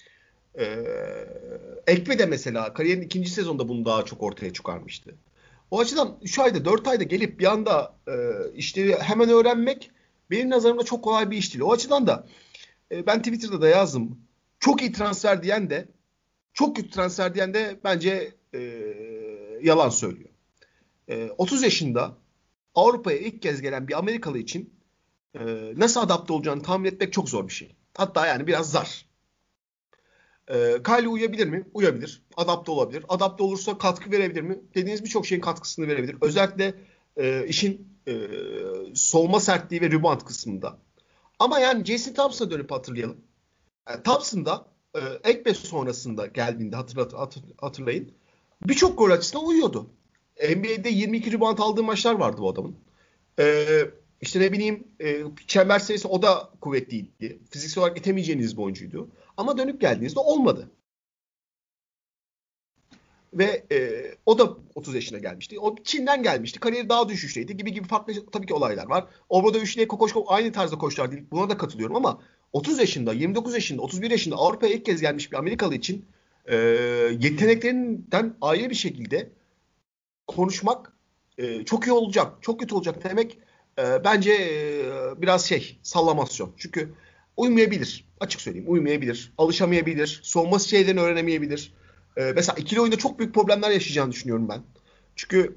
Ekpe de mesela kariyerin 2. sezonda bunu daha çok ortaya çıkarmıştı. O açıdan 3 ayda 4 ayda gelip bir anda işleri hemen öğrenmek benim nazarımda çok kolay bir iş değil. O açıdan da ben Twitter'da da yazdım. Çok iyi transfer diyen de çok kötü transfer diyen de bence yalan söylüyor. 30 yaşında Avrupa'ya ilk kez gelen bir Amerikalı için nasıl adapte olacağını tahmin etmek çok zor bir şey. Hatta yani biraz zar. Kylie uyabilir mi? Uyabilir. Adapte olabilir. Adapte olursa katkı verebilir mi? Dediğiniz birçok şeyin katkısını verebilir. Özellikle işin soğuma sertliği ve rebound kısmında. Ama yani Jason Thompson'a dönüp hatırlayalım. Yani Thompson'da Ekbe sonrasında geldiğinde hatırlayın. Birçok gol açısından uyuyordu. NBA'de 22 rebound aldığı maçlar vardı bu adamın. İşte ne bileyim çember sayısı o da kuvvetliydi. Fiziksel olarak itemeyeceğiniz bir oyuncuydu. Ama dönüp geldiğinizde olmadı. Ve o da 30 yaşına gelmişti. O Çin'den gelmişti. Kariyeri daha düşüşteydi gibi farklı tabii ki olaylar var. Orada Üçlü'ye Kokoşkov aynı tarzda koçlar değil. Buna da katılıyorum ama 30 yaşında, 29 yaşında, 31 yaşında Avrupa'ya ilk kez gelmiş bir Amerikalı için yeteneklerinden ayrı bir şekilde konuşmak çok iyi olacak, çok kötü olacak demek bence biraz sallamasyon. Çünkü uymayabilir. Açık söyleyeyim, uymayabilir. Alışamayabilir. Savunması şeylerini öğrenemeyebilir. Mesela ikili oyunda çok büyük problemler yaşayacağını düşünüyorum ben. Çünkü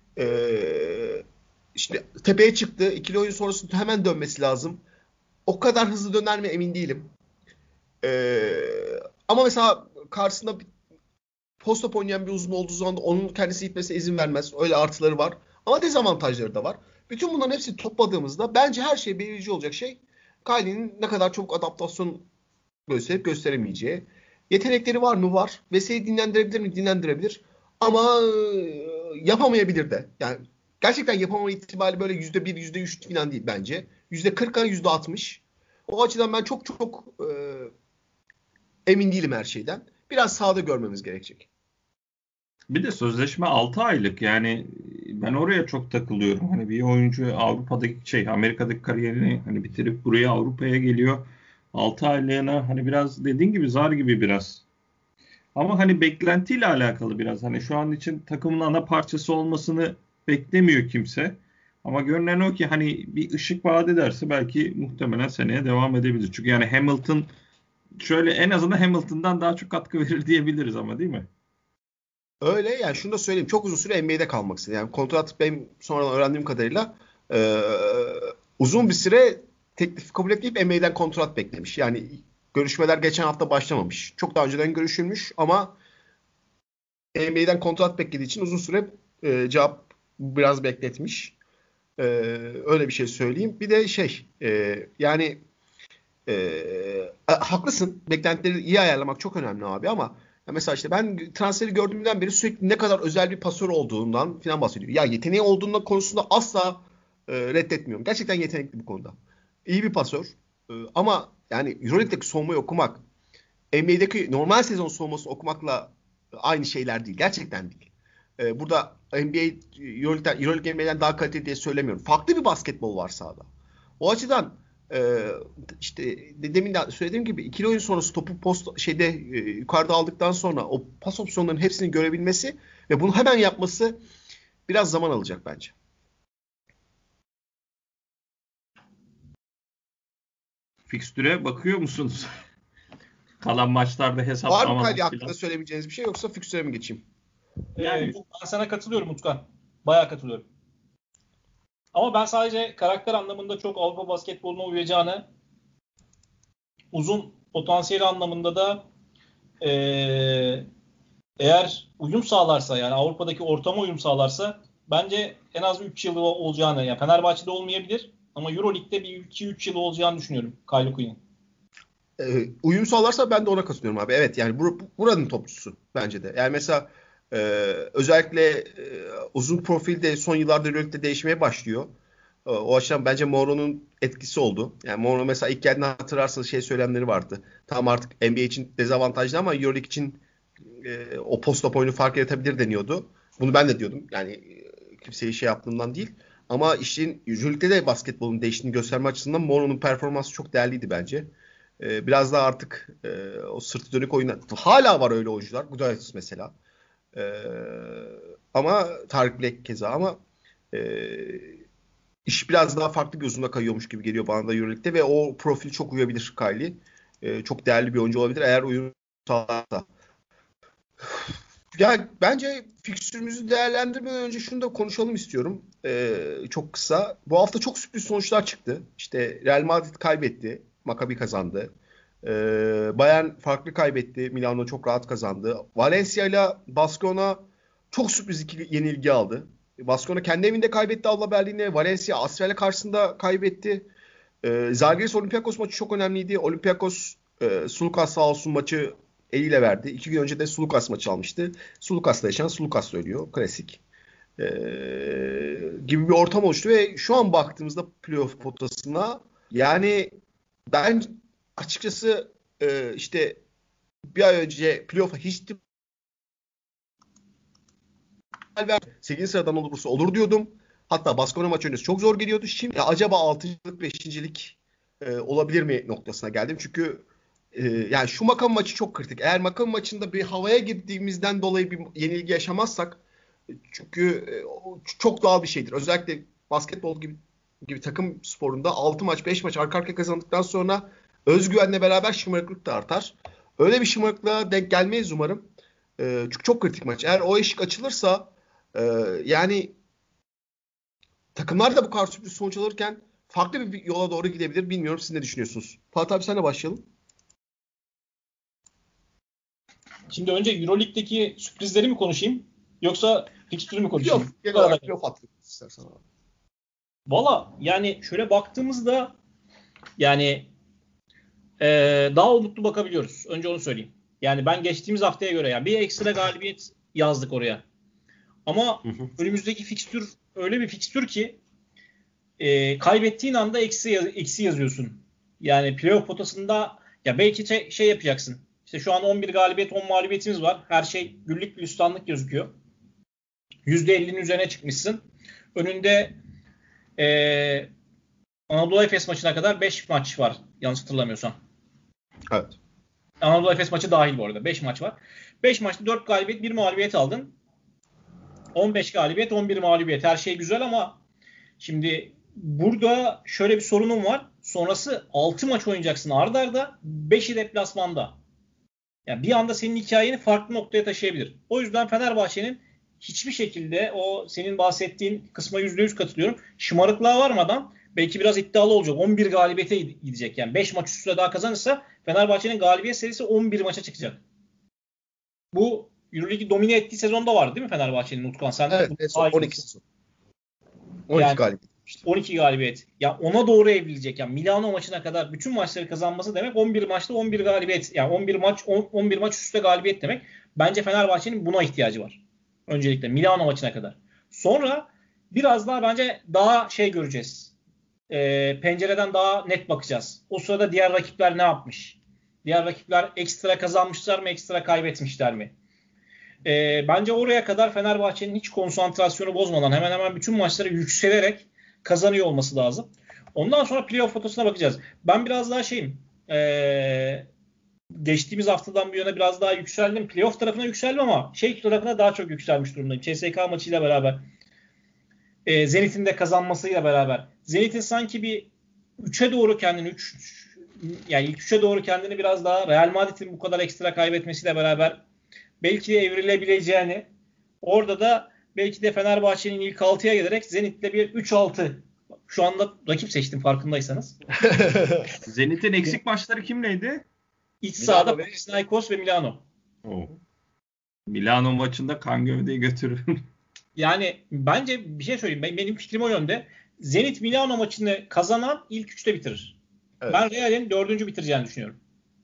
işte tepeye çıktı. İkili oyun sonrasında hemen dönmesi lazım. O kadar hızlı döner mi emin değilim. Ama mesela karşısında post-up oynayan bir uzun olduğu zaman da onun kendisi gitmesine izin vermez. Öyle artıları var. Ama dezavantajları da var. Bütün bunların hepsini topladığımızda bence her şey belirleyici olacak şey Kylie'nin ne kadar çabuk adaptasyon gösterip gösteremeyeceği. Yetenekleri var mı? Var. Vesey'i dinlendirebilir mi? Dinlendirebilir. Ama yapamayabilir de. Yani gerçekten yapamama ihtimali böyle %1, %3 falan değil bence. %40'a %60. O açıdan ben çok emin değilim her şeyden. Biraz sahada görmemiz gerekecek. Bir de sözleşme 6 aylık, yani ben oraya çok takılıyorum. Hani bir oyuncu Avrupa'daki Amerika'daki kariyerini hani bitirip buraya Avrupa'ya geliyor. 6 aylığına hani biraz dediğin gibi zar gibi biraz. Ama hani beklentiyle alakalı biraz. Hani şu an için takımın ana parçası olmasını beklemiyor kimse. Ama görünen o ki hani bir ışık vaat ederse belki muhtemelen seneye devam edebilir. Çünkü yani Hamilton şöyle en azından Hamilton'dan daha çok katkı verir diyebiliriz ama, değil mi? Öyle yani şunu da söyleyeyim. Çok uzun süre NBA'de kalmak istedi. Yani kontrat benim sonradan öğrendiğim kadarıyla uzun bir süre teklif kabul etmeyip NBA'den kontrat beklemiş. Yani görüşmeler geçen hafta başlamamış. Çok daha önceden görüşülmüş ama NBA'den kontrat beklediği için uzun süre cevap biraz bekletmiş. Öyle bir şey söyleyeyim. Bir de yani haklısın. Beklentileri iyi ayarlamak çok önemli abi ama ya mesela işte ben transferi gördüğümden beri sürekli ne kadar özel bir pasör olduğundan falan bahsediyor. Ya yeteneği olduğunda konusunda asla reddetmiyorum. Gerçekten yetenekli bu konuda. İyi bir pasör. Ama yani EuroLeague'deki savunmayı okumak, NBA'deki normal sezon savunması okumakla aynı şeyler değil. Gerçekten değil. Burada NBA, EuroLeague NBA'den daha kaliteli diye söylemiyorum. Farklı bir basketbol var sahada. O açıdan işte demin de söylediğim gibi ikili oyun sonrası topu yukarıda aldıktan sonra o pas opsiyonlarının hepsini görebilmesi ve bunu hemen yapması biraz zaman alacak bence. Fikstüre bakıyor musunuz? Kalan maçlarda Var mı hesaplamalar Kali hakkında falan. söyleyebileceğiniz bir şey yoksa fikstüre mi geçeyim? Yani Yok, ben sana katılıyorum Utkan. Bayağı katılıyorum. Ama ben sadece karakter anlamında çok Avrupa basketboluna uyacağını, uzun potansiyeli anlamında da eğer uyum sağlarsa, yani Avrupa'daki ortama uyum sağlarsa bence en az 3 yılı olacağını, yani Fenerbahçe'de olmayabilir ama EuroLeague'de bir 2-3 yılı olacağını düşünüyorum Kyle Quin'in. Uyum sağlarsa ben de ona katılıyorum abi. Evet yani buranın topçusu bence de. Yani mesela e, özellikle uzun profilde son yıllarda EuroLeague'de değişmeye başlıyor. O açıdan bence Mourinho'nun etkisi oldu. Yani Mourinho mesela ilk geldiğinde hatırlarsanız söylemleri vardı. Tamam artık NBA için dezavantajlı ama EuroLeague için o post-up oyunu fark yaratabilir deniyordu. Bunu ben de diyordum. Yani kimseyi yaptığımdan değil. Ama işin EuroLeague'de de basketbolun değiştiğini gösterme açısından Mourinho'nun performansı çok değerliydi bence. Biraz daha artık o sırtı dönük oyunlar. Hala var öyle oyuncular. Gudaitis mesela. E, ama Tarık Black keza ama e, iş biraz daha farklı bir uzuna kayıyormuş gibi geliyor bana da EuroLeague'de ve o profil çok uyabilir Kylie. Çok değerli bir oyuncu olabilir eğer uyum sağlarsa. Ya bence fikstürümüzü değerlendirmeden önce şunu da konuşalım istiyorum. Çok kısa. Bu hafta çok sürpriz sonuçlar çıktı. İşte Real Madrid kaybetti. Maccabi kazandı. Bayern farklı kaybetti. Milano çok rahat kazandı. Valencia ile Baskonia çok sürpriz iki yenilgi aldı. Baskonia kendi evinde kaybetti Alba Berlin'e. Valencia Astral'e karşısında kaybetti. Zalgiris Olympiakos maçı çok önemliydi. Olympiakos Sulukas sağ olsun maçı eliyle verdi. 2 gün önce de Sulukas maçı almıştı. Sulukas'ta yaşayan Sulukas söylüyor. Klasik. Ee, gibi bir ortam oluştu ve şu an baktığımızda playoff potasına yani ben açıkçası işte bir ay önce playoff'a hiç Real 8. sıradan olursa olur diyordum. Hatta Baskonya maç öncesi çok zor geliyordu. Şimdi acaba 6.lık 5.lik olabilir mi noktasına geldim. Çünkü yani şu Maccabi maçı çok kritik. Eğer Maccabi maçında bir havaya girdiğimizden dolayı bir yenilgi yaşamazsak, çünkü çok doğal bir şeydir. Özellikle basketbol gibi takım sporunda 6 maç 5 maç arka arkaya kazandıktan sonra özgüvenle beraber şımarıklık da artar. Öyle bir şımarıklığa denk gelmeyiz umarım. Çünkü çok kritik maç. Eğer o eşik açılırsa yani takımlar da bu kadar sürpriz sonuç alırken farklı bir yola doğru gidebilir. Bilmiyorum, siz ne düşünüyorsunuz? Fatih abi, senle başlayalım. Şimdi önce Euroleague'deki sürprizleri mi konuşayım yoksa fikstürü mü konuşayım? Yok, genel olarak playoff attık istersen abi. Valla yani şöyle baktığımızda yani daha umutlu bakabiliyoruz. Önce onu söyleyeyim. Yani ben geçtiğimiz haftaya göre yani bir ekstra galibiyet yazdık oraya. Ama önümüzdeki fikstür öyle bir fikstür ki kaybettiğin anda eksi yazıyorsun. Yani playoff potasında ya belki şey yapacaksın. İşte şu an 11 galibiyet 10 mağlubiyetimiz var. Her şey güllük gülistanlık gözüküyor. %50'nin üzerine çıkmışsın. Önünde Anadolu Efes maçına kadar 5 maç var. Yanlış hatırlamıyorsam. Evet. Anadolu Efes maçı dahil bu arada. 5 maç var. 5 maçta 4 galibiyet 1 mağlubiyet aldın. 15 galibiyet 11 mağlubiyet. Her şey güzel ama şimdi burada şöyle bir sorunum var. Sonrası 6 maç oynayacaksın arda arda. 5'i deplasmanda. Yani bir anda senin hikayeni farklı noktaya taşıyabilir. O yüzden Fenerbahçe'nin hiçbir şekilde o senin bahsettiğin kısma %100 katılıyorum. Şımarıklığa varmadan belki biraz iddialı olacak. 11 galibiyete gidecek. Yani 5 maç üstüne daha kazanırsa Fenerbahçe'nin galibiyet serisi 11 maça çıkacak. Bu Euroleague'i domine ettiği sezonda vardı değil mi Fenerbahçe'nin, Utkan? Sen evet, 12 sezon. 12 yani, galibiyet. 12 galibiyet. Ya ona doğru evrilecek. Yani Milano maçına kadar bütün maçları kazanması demek 11 maçta 11 galibiyet. Yani 11 maç üstte galibiyet demek. Bence Fenerbahçe'nin buna ihtiyacı var. Öncelikle Milano maçına kadar. Sonra biraz daha bence daha şey göreceğiz. Pencereden daha net bakacağız. O sırada diğer rakipler ne yapmış? Diğer rakipler ekstra kazanmışlar mı, ekstra kaybetmişler mi? Bence oraya kadar Fenerbahçe'nin hiç konsantrasyonu bozmadan hemen hemen bütün maçları yükselerek kazanıyor olması lazım. Ondan sonra playoff fotosuna bakacağız. Ben biraz daha geçtiğimiz haftadan bu yana biraz daha yükseldim. Playoff tarafına yükseldim ama tarafına daha çok yükselmiş durumdayım. CSKA maçıyla beraber. Zenit'in de kazanmasıyla beraber. Zenit'in sanki bir 3'e doğru kendini yani ilk 3'e doğru kendini biraz daha Real Madrid'in bu kadar ekstra kaybetmesiyle beraber belki de evrilebileceğini, orada da belki de Fenerbahçe'nin ilk 6'ya gelerek Zenit'le bir 3-6. Şu anda rakip seçtim farkındaysanız. Zenit'in eksik maçları kimleydi? İç sahada Panathinaikos ve Milano. Milano maçında kan gövdeyi götürürüm. Yani bence bir şey söyleyeyim. Benim fikrim o yönde. Zenit Milano maçını kazanan ilk 3'te bitirir. Evet. Ben Real'in 4. bitireceğini düşünüyorum.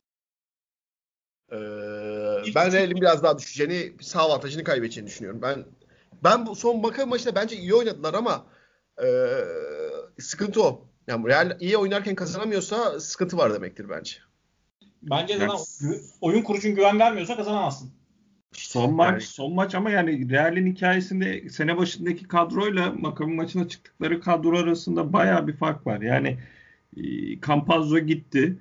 Ben Real'in biraz daha düşeceğini, sağ avantajını kaybedeceğini düşünüyorum. Ben bu son Maccabi maçında bence iyi oynadılar ama sıkıntı o. Yani Real iyi oynarken kazanamıyorsa sıkıntı var demektir bence. Bence zaten oyun kurucun güven vermiyorsa kazanamazsın. Son maç ama yani Real'in hikayesinde sene başındaki kadroyla Maccabi maçına çıktıkları kadro arasında bayağı bir fark var. Yani Campazzo gitti.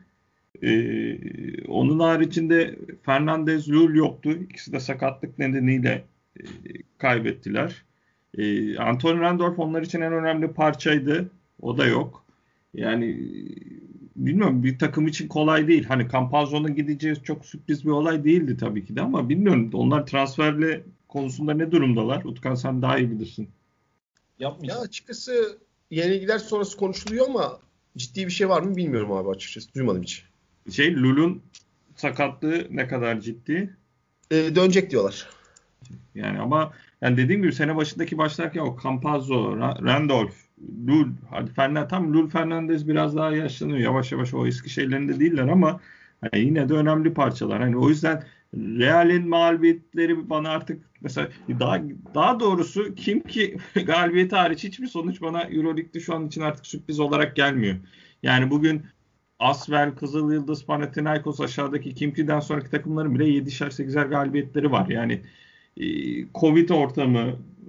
Onun haricinde Fernandez, Lul yoktu. İkisi de sakatlık nedeniyle kaybettiler. Anthony Randolph onlar için en önemli parçaydı. O da yok. Yani bilmiyorum, bir takım için kolay değil. Hani Campazzo'nun gideceği çok sürpriz bir olay değildi tabii ki de ama bilmiyorum. Onlar transferle konusunda ne durumdalar? Utkan, sen daha iyi bilirsin. Ya açıkçası yenilgiler sonrası konuşuluyor ama ciddi bir şey var mı bilmiyorum abi açıkçası. Duymadım hiç. Lul'un sakatlığı ne kadar ciddi? Dönecek diyorlar. Yani ama yani dediğim gibi sene başındaki başlarken o Campazzo, Randolph, Lul, Lul Fernandez biraz daha yaşlanıyor. Yavaş yavaş o eski şeylerinde değiller ama yani yine de önemli parçalar. Hani o yüzden Real'in mağlubiyetleri bana artık mesela daha doğrusu kim ki galibiyeti hariç hiçbir sonuç bana Euroleague'de şu an için artık sürpriz olarak gelmiyor. Yani bugün Asvel, Kızılyıldız, Panathinaikos aşağıdaki Kimki'den sonraki takımların bile 7'şer 8'er galibiyetleri var. Yani Covid ortamı,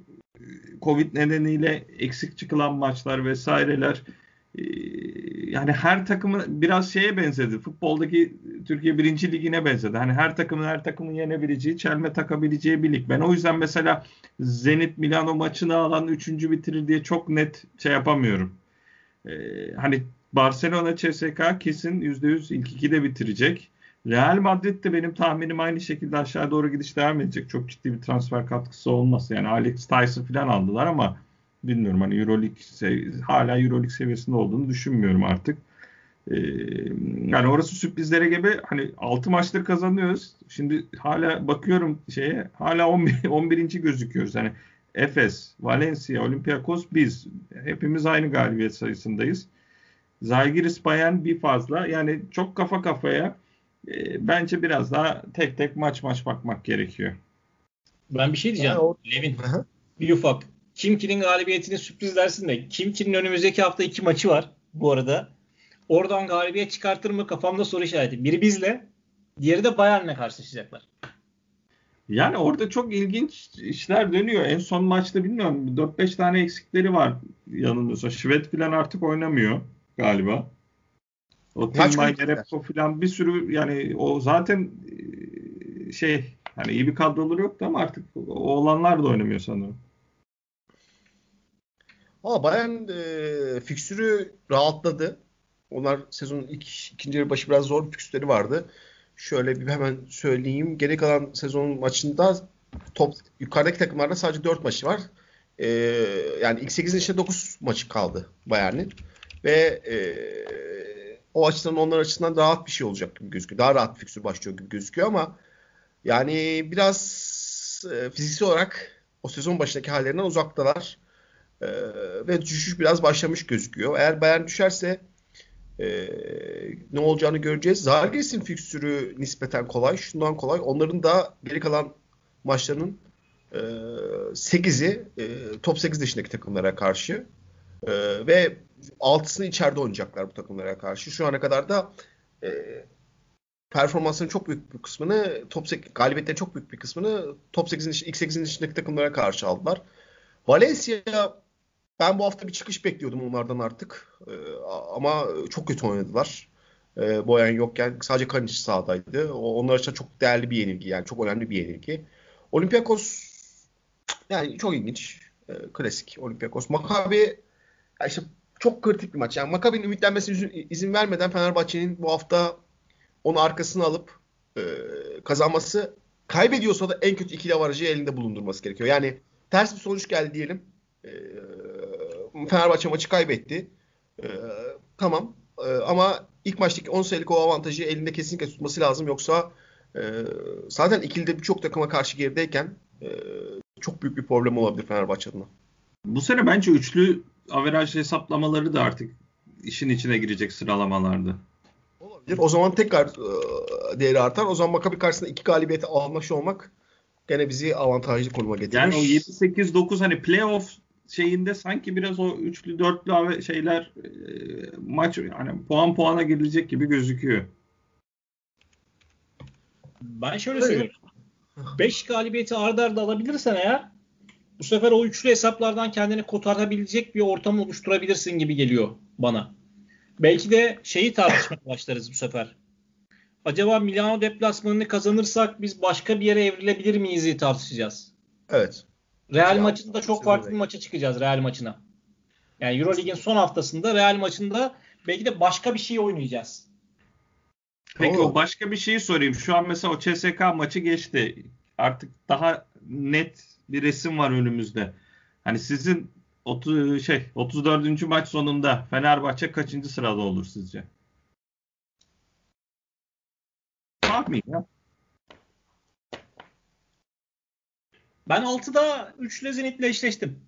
Covid nedeniyle eksik çıkılan maçlar vesaireler yani her takımın biraz şeye benzedi. Futboldaki Türkiye 1. Ligi'ne benzedi. Hani her takımın yenebileceği, çelme takabileceği bir lig. Ben o yüzden mesela Zenit Milano maçını alan 3. bitirir diye çok net şey yapamıyorum. Hani Barcelona CSKA kesin %100 ilk 2'de bitirecek. Real Madrid de benim tahminim aynı şekilde aşağı doğru gidiş devam edecek. Çok ciddi bir transfer katkısı olmaz. Yani Alex Tyson falan aldılar ama bilmiyorum hani hala Euroleague seviyesinde olduğunu düşünmüyorum artık. Yani orası sürprizlere gebe. Hani 6 maçtır kazanıyoruz. Şimdi hala bakıyorum hala 11. gözüküyoruz. Hani Efes, Valencia, Olympiakos biz. Hepimiz aynı galibiyet sayısındayız. Zalgiris Bayern bir fazla. Yani çok kafa kafaya bence biraz daha tek tek maç bakmak gerekiyor. Ben bir şey diyeceğim. Levin. Bir ufak. Kimki'nin galibiyetini sürpriz dersin de Kimki'nin önümüzdeki hafta 2 maçı var bu arada. Oradan galibiyet çıkartır mı? Kafamda soru işareti. Biri bizle, diğeri de Bayern'le karşılaşacaklar. Yani orada çok ilginç işler dönüyor. En son maçta bilmiyorum 4-5 tane eksikleri var yanılmıyorsa. Şvet falan artık oynamıyor galiba. O Timay Gerepko falan bir sürü yani o zaten hani iyi bir kadroları yoktu ama artık o olanlar da oynamıyor sanırım. Ama Bayern fikstürü rahatladı. Onlar sezonun ikinci yarı başı biraz zor bir fikstürleri vardı. Şöyle bir hemen söyleyeyim. Geri kalan sezonun maçında yukarıdaki takımlarda sadece 4 maçı var. Yani ilk 8'in içinde 9 maçı kaldı Bayern'in. Ve o açıdan onlar açısından daha rahat bir şey olacak gibi gözüküyor. Daha rahat bir fikstür başlıyor gibi gözüküyor ama yani biraz fiziksel olarak o sezon başındaki hallerinden uzaktalar. Ve düşüş biraz başlamış gözüküyor. Eğer Bayern düşerse ne olacağını göreceğiz. Zalgiris'in fikstürü nispeten kolay. Şundan kolay. Onların da geri kalan maçlarının 8'i top 8 dışındaki takımlara karşı ve 6'sını içeride oynayacaklar bu takımlara karşı. Şu ana kadar da performansının çok büyük bir kısmını galibiyetlerin çok büyük bir kısmını top 8'in ilk 8'in dışındaki takımlara karşı aldılar. Valencia ben bu hafta bir çıkış bekliyordum onlardan artık. Ama çok kötü oynadılar. Boyan yokken sadece Kanic sahadaydı. Onlar için çok değerli bir yenilgi yani çok önemli bir yenilgi. Olympiakos yani çok ilginç. Klasik Olympiakos. Maccabi işte çok kritik bir maç. Yani Maccabi'nin ümitlenmesine izin vermeden Fenerbahçe'nin bu hafta onu arkasına alıp kazanması, kaybediyorsa da en kötü ikili avarajı elinde bulundurması gerekiyor. Yani ters bir sonuç geldi diyelim. Fenerbahçe maçı kaybetti. Tamam. Ama ilk maçtaki 10 sayılık o avantajı elinde kesinlikle tutması lazım. Yoksa zaten ikilide birçok takıma karşı gerideyken çok büyük bir problem olabilir Fenerbahçe adına. Bu sene bence üçlü averaj hesaplamaları da artık işin içine girecek sıralamalarda. Olabilir. O zaman tekrar değeri artar. O zaman Maccabi karşısında 2 galibiyeti almış olmak gene bizi avantajlı konuma getirir. Yani o 7-8-9 hani playoff şeyinde sanki biraz o üçlü dörtlü şeyler maç hani puana girilecek gibi gözüküyor. Ben şöyle söylüyorum. 5 galibiyeti arda arda alabilirsen eğer bu sefer o üçlü hesaplardan kendini kurtarabilecek bir ortam oluşturabilirsin gibi geliyor bana. Belki de şeyi tartışmaya başlarız bu sefer. Acaba Milano deplasmanını kazanırsak biz başka bir yere evrilebilir miyiz tartışacağız. Evet. Real maçında çok farklı bir maça çıkacağız Real maçına. Yani Euroleague'in son haftasında Real maçında belki de başka bir şey oynayacağız. Peki o başka bir şeyi sorayım. Şu an mesela o CSKA maçı geçti. Artık daha net bir resim var önümüzde. Hani sizin 34. maç sonunda Fenerbahçe kaçıncı sırada olur sizce? Tahmin ya. Ben 6'da 3 ile Zenit'le eşleştim.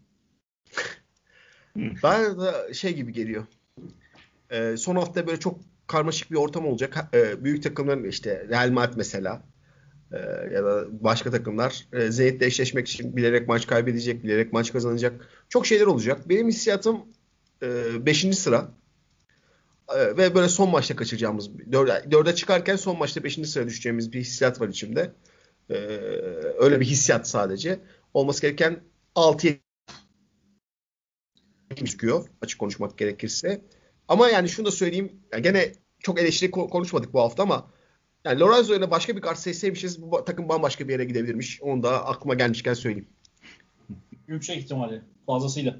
Ben de şey gibi geliyor. Son hafta böyle çok karmaşık bir ortam olacak. Büyük takımların işte Real Madrid mesela ya da başka takımlar Zenit'le eşleşmek için bilerek maç kaybedecek, bilerek maç kazanacak. Çok şeyler olacak. Benim hissiyatım 5. sıra. Ve böyle son maçta kaçıracağımız 4'e çıkarken son maçta 5. sıraya düşeceğimiz bir hissiyat var içimde. Öyle bir hissiyat sadece. Olması gereken 6-7 gözüküyor açık konuşmak gerekirse. Ama yani şunu da söyleyeyim. Yani gene çok eleştiri konuşmadık bu hafta ama yani Lorenzo ile başka bir kart seçseymişiz bu takım bambaşka bir yere gidebilirmiş. Onu da aklıma gelmişken söyleyeyim. Yüksek ihtimalle. Fazlasıyla.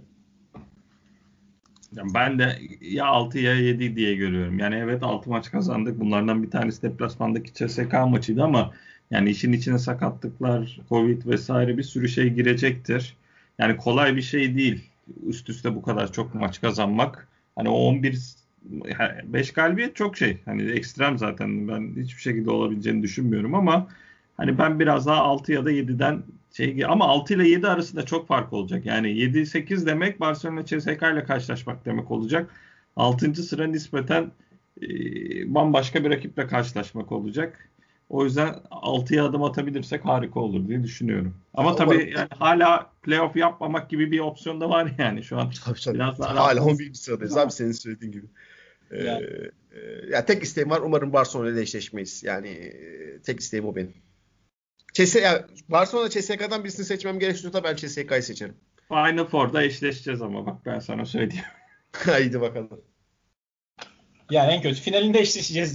Ben de ya 6 ya 7 diye görüyorum. Yani evet 6 maç kazandık. Bunlardan bir tanesi deplasmandaki CSKA maçıydı ama yani işin içine sakatlıklar, Covid vesaire bir sürü şey girecektir. Yani kolay bir şey değil. Üst üste bu kadar çok maç kazanmak. Hani o 5 galibiyet çok şey. Hani ekstrem zaten. Ben hiçbir şekilde olabileceğini düşünmüyorum ama hani ben biraz daha 6 ya da 7'den ama 6 ile 7 arasında çok fark olacak. Yani 7-8 demek Barcelona CSKA ile karşılaşmak demek olacak. 6. sıra nispeten bambaşka bir rakiple karşılaşmak olacak. O yüzden 6'ya adım atabilirsek harika olur diye düşünüyorum. Ama tabii yani hala playoff yapmamak gibi bir opsiyon da var yani şu an. Tabii. Biraz daha Hala 11. sıradayız abi senin söylediğin gibi. Ya tek isteğim var. Umarım Barcelona ile eşleşmeyiz. Yani tek isteğim o benim. Barcelona CSK'dan birisini seçmem gerekiyorsa ben CSK'yı seçerim. Final Four'da eşleşeceğiz ama bak ben sana söyleyeyim. Haydi bakalım. Yani en kötü finalinde eşleşeceğiz.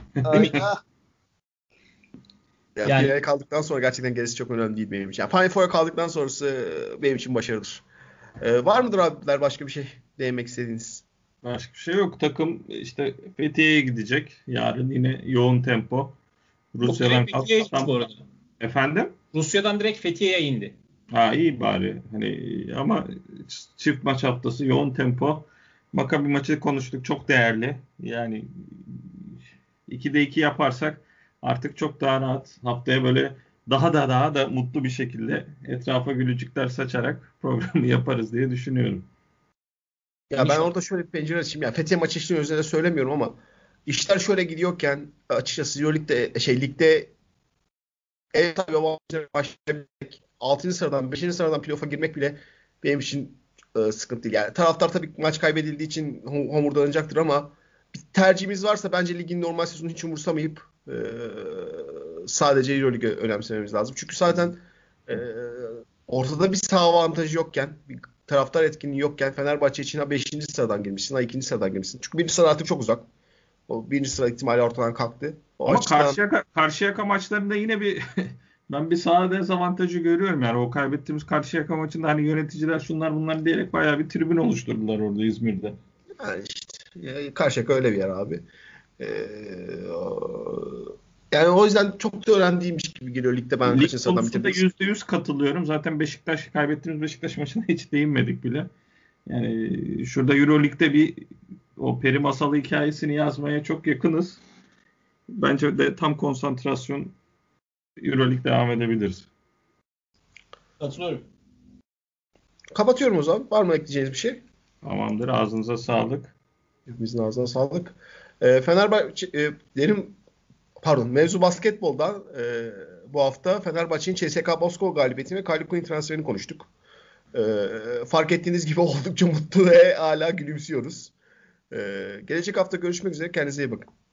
Yani finale kaldıktan sonra gerçekten gerisi çok önemli değil benim için. Yani Final Four'a kaldıktan sonrası benim için başarıdır. Var mıdır abiler başka bir şey değinmek istediğiniz? Başka bir şey yok. Takım işte Fethiye'ye gidecek. Yarın yine yoğun tempo. Rusya'dan Fethiye'ye gitti bu arada. Efendim? Rusya'dan direkt Fethiye'ye indi. Ha iyi bari. Hani ama çift maç haftası yoğun tempo. Maccabi maçı konuştuk. Çok değerli. Yani 2'de 2 yaparsak artık çok daha rahat haftaya böyle daha da mutlu bir şekilde etrafa gülücükler saçarak programı yaparız diye düşünüyorum. Ya ben orada şöyle bir pencere açayım. Ya Fethiye maçı için özellikle söylemiyorum ama işler şöyle gidiyorken açıkçası Euroleague'de ligde ev sahibi avantajı başlayabilmek 6. sıradan 5. sıradan playoff'a girmek bile benim için sıkıntı değil. Yani taraftar tabii maç kaybedildiği için homurdanacaktır ama bir tercihimiz varsa bence ligin normal sezonu hiç umursamayıp sadece Euroleague'ı önemsememiz lazım. Çünkü zaten ortada bir saha avantajı yokken, bir taraftar etkinliği yokken Fenerbahçe için ha 5. sıradan girmişsin, ha 2. sıradan girmişsin. Çünkü 1. sıra artık çok uzak. O 1. sıra ihtimali ortadan kalktı. O ama açıdan... Karşıyaka maçlarında yine bir ben bir saha dezavantajı görüyorum yani o kaybettiğimiz Karşıyaka maçında hani yöneticiler şunlar bunlar diyerek bayağı bir tribün oluşturdular orada İzmir'de. Yani işte Karşıyaka öyle bir yer abi. Yani o yüzden çok da önemliymiş gibi geliyor ligde ben kaçıncı sıradan bitirdim. %100 katılıyorum. Zaten kaybettiğimiz Beşiktaş maçına hiç değinmedik bile. Yani şurada Euroleague'de bir o peri masalı hikayesini yazmaya çok yakınız. Bence de tam konsantrasyon Euroleague devam edebiliriz. Katılıyorum. Kapatıyorum o zaman. Var mı ekleyeceğiniz bir şey? Tamamdır. Ağzınıza sağlık. Hepimizin ağzına sağlık. Mevzu basketboldan bu hafta Fenerbahçe'nin CSKA Moskova galibiyetini ve Kyle Quinn transferini konuştuk. Fark ettiğiniz gibi oldukça mutlu ve hala gülümsüyoruz. Gelecek hafta görüşmek üzere. Kendinize iyi bakın.